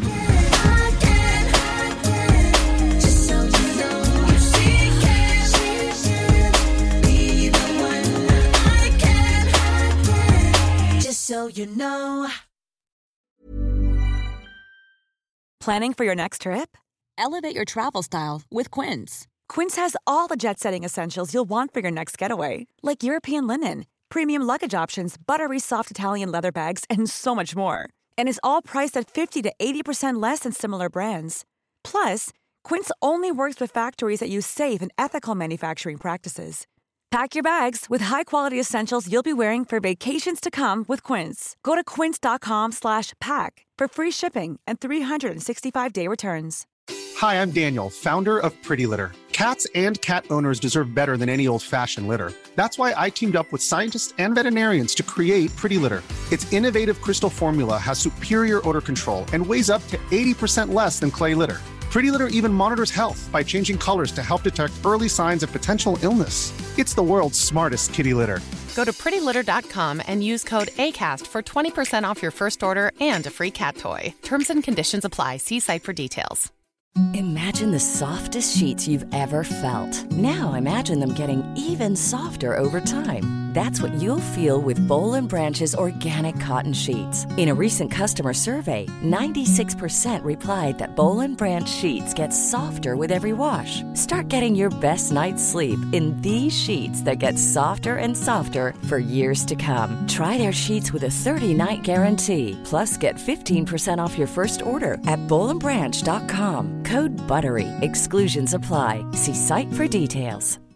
So you know. Planning for your next trip? Elevate your travel style with Quince. Quince has all the jet-setting essentials you'll want for your next getaway, like European linen, premium luggage options, buttery soft Italian leather bags, and so much more. And is all priced at fifty to eighty percent less than similar brands. Plus, Quince only works with factories that use safe and ethical manufacturing practices. Pack your bags with high-quality essentials you'll be wearing for vacations to come with Quince. Go to quince.com slash pack for free shipping and three sixty-five day returns. Hi, I'm Daniel, founder of Pretty Litter. Cats and cat owners deserve better than any old-fashioned litter. That's why I teamed up with scientists and veterinarians to create Pretty Litter. Its innovative crystal formula has superior odor control and weighs up to eighty percent less than clay litter. Pretty Litter even monitors health by changing colors to help detect early signs of potential illness. It's the world's smartest kitty litter. Go to pretty litter dot com and use code ACAST for twenty percent off your first order and a free cat toy. Terms and conditions apply. See site for details. Imagine the softest sheets you've ever felt. Now imagine them getting even softer over time. That's what you'll feel with Boll and Branch's organic cotton sheets. In a recent customer survey, ninety-six percent replied that Boll and Branch sheets get softer with every wash. Start getting your best night's sleep in these sheets that get softer and softer for years to come. Try their sheets with a thirty-night guarantee. Plus, get fifteen percent off your first order at boll and branch dot com. Code BUTTERY. Exclusions apply. See site for details.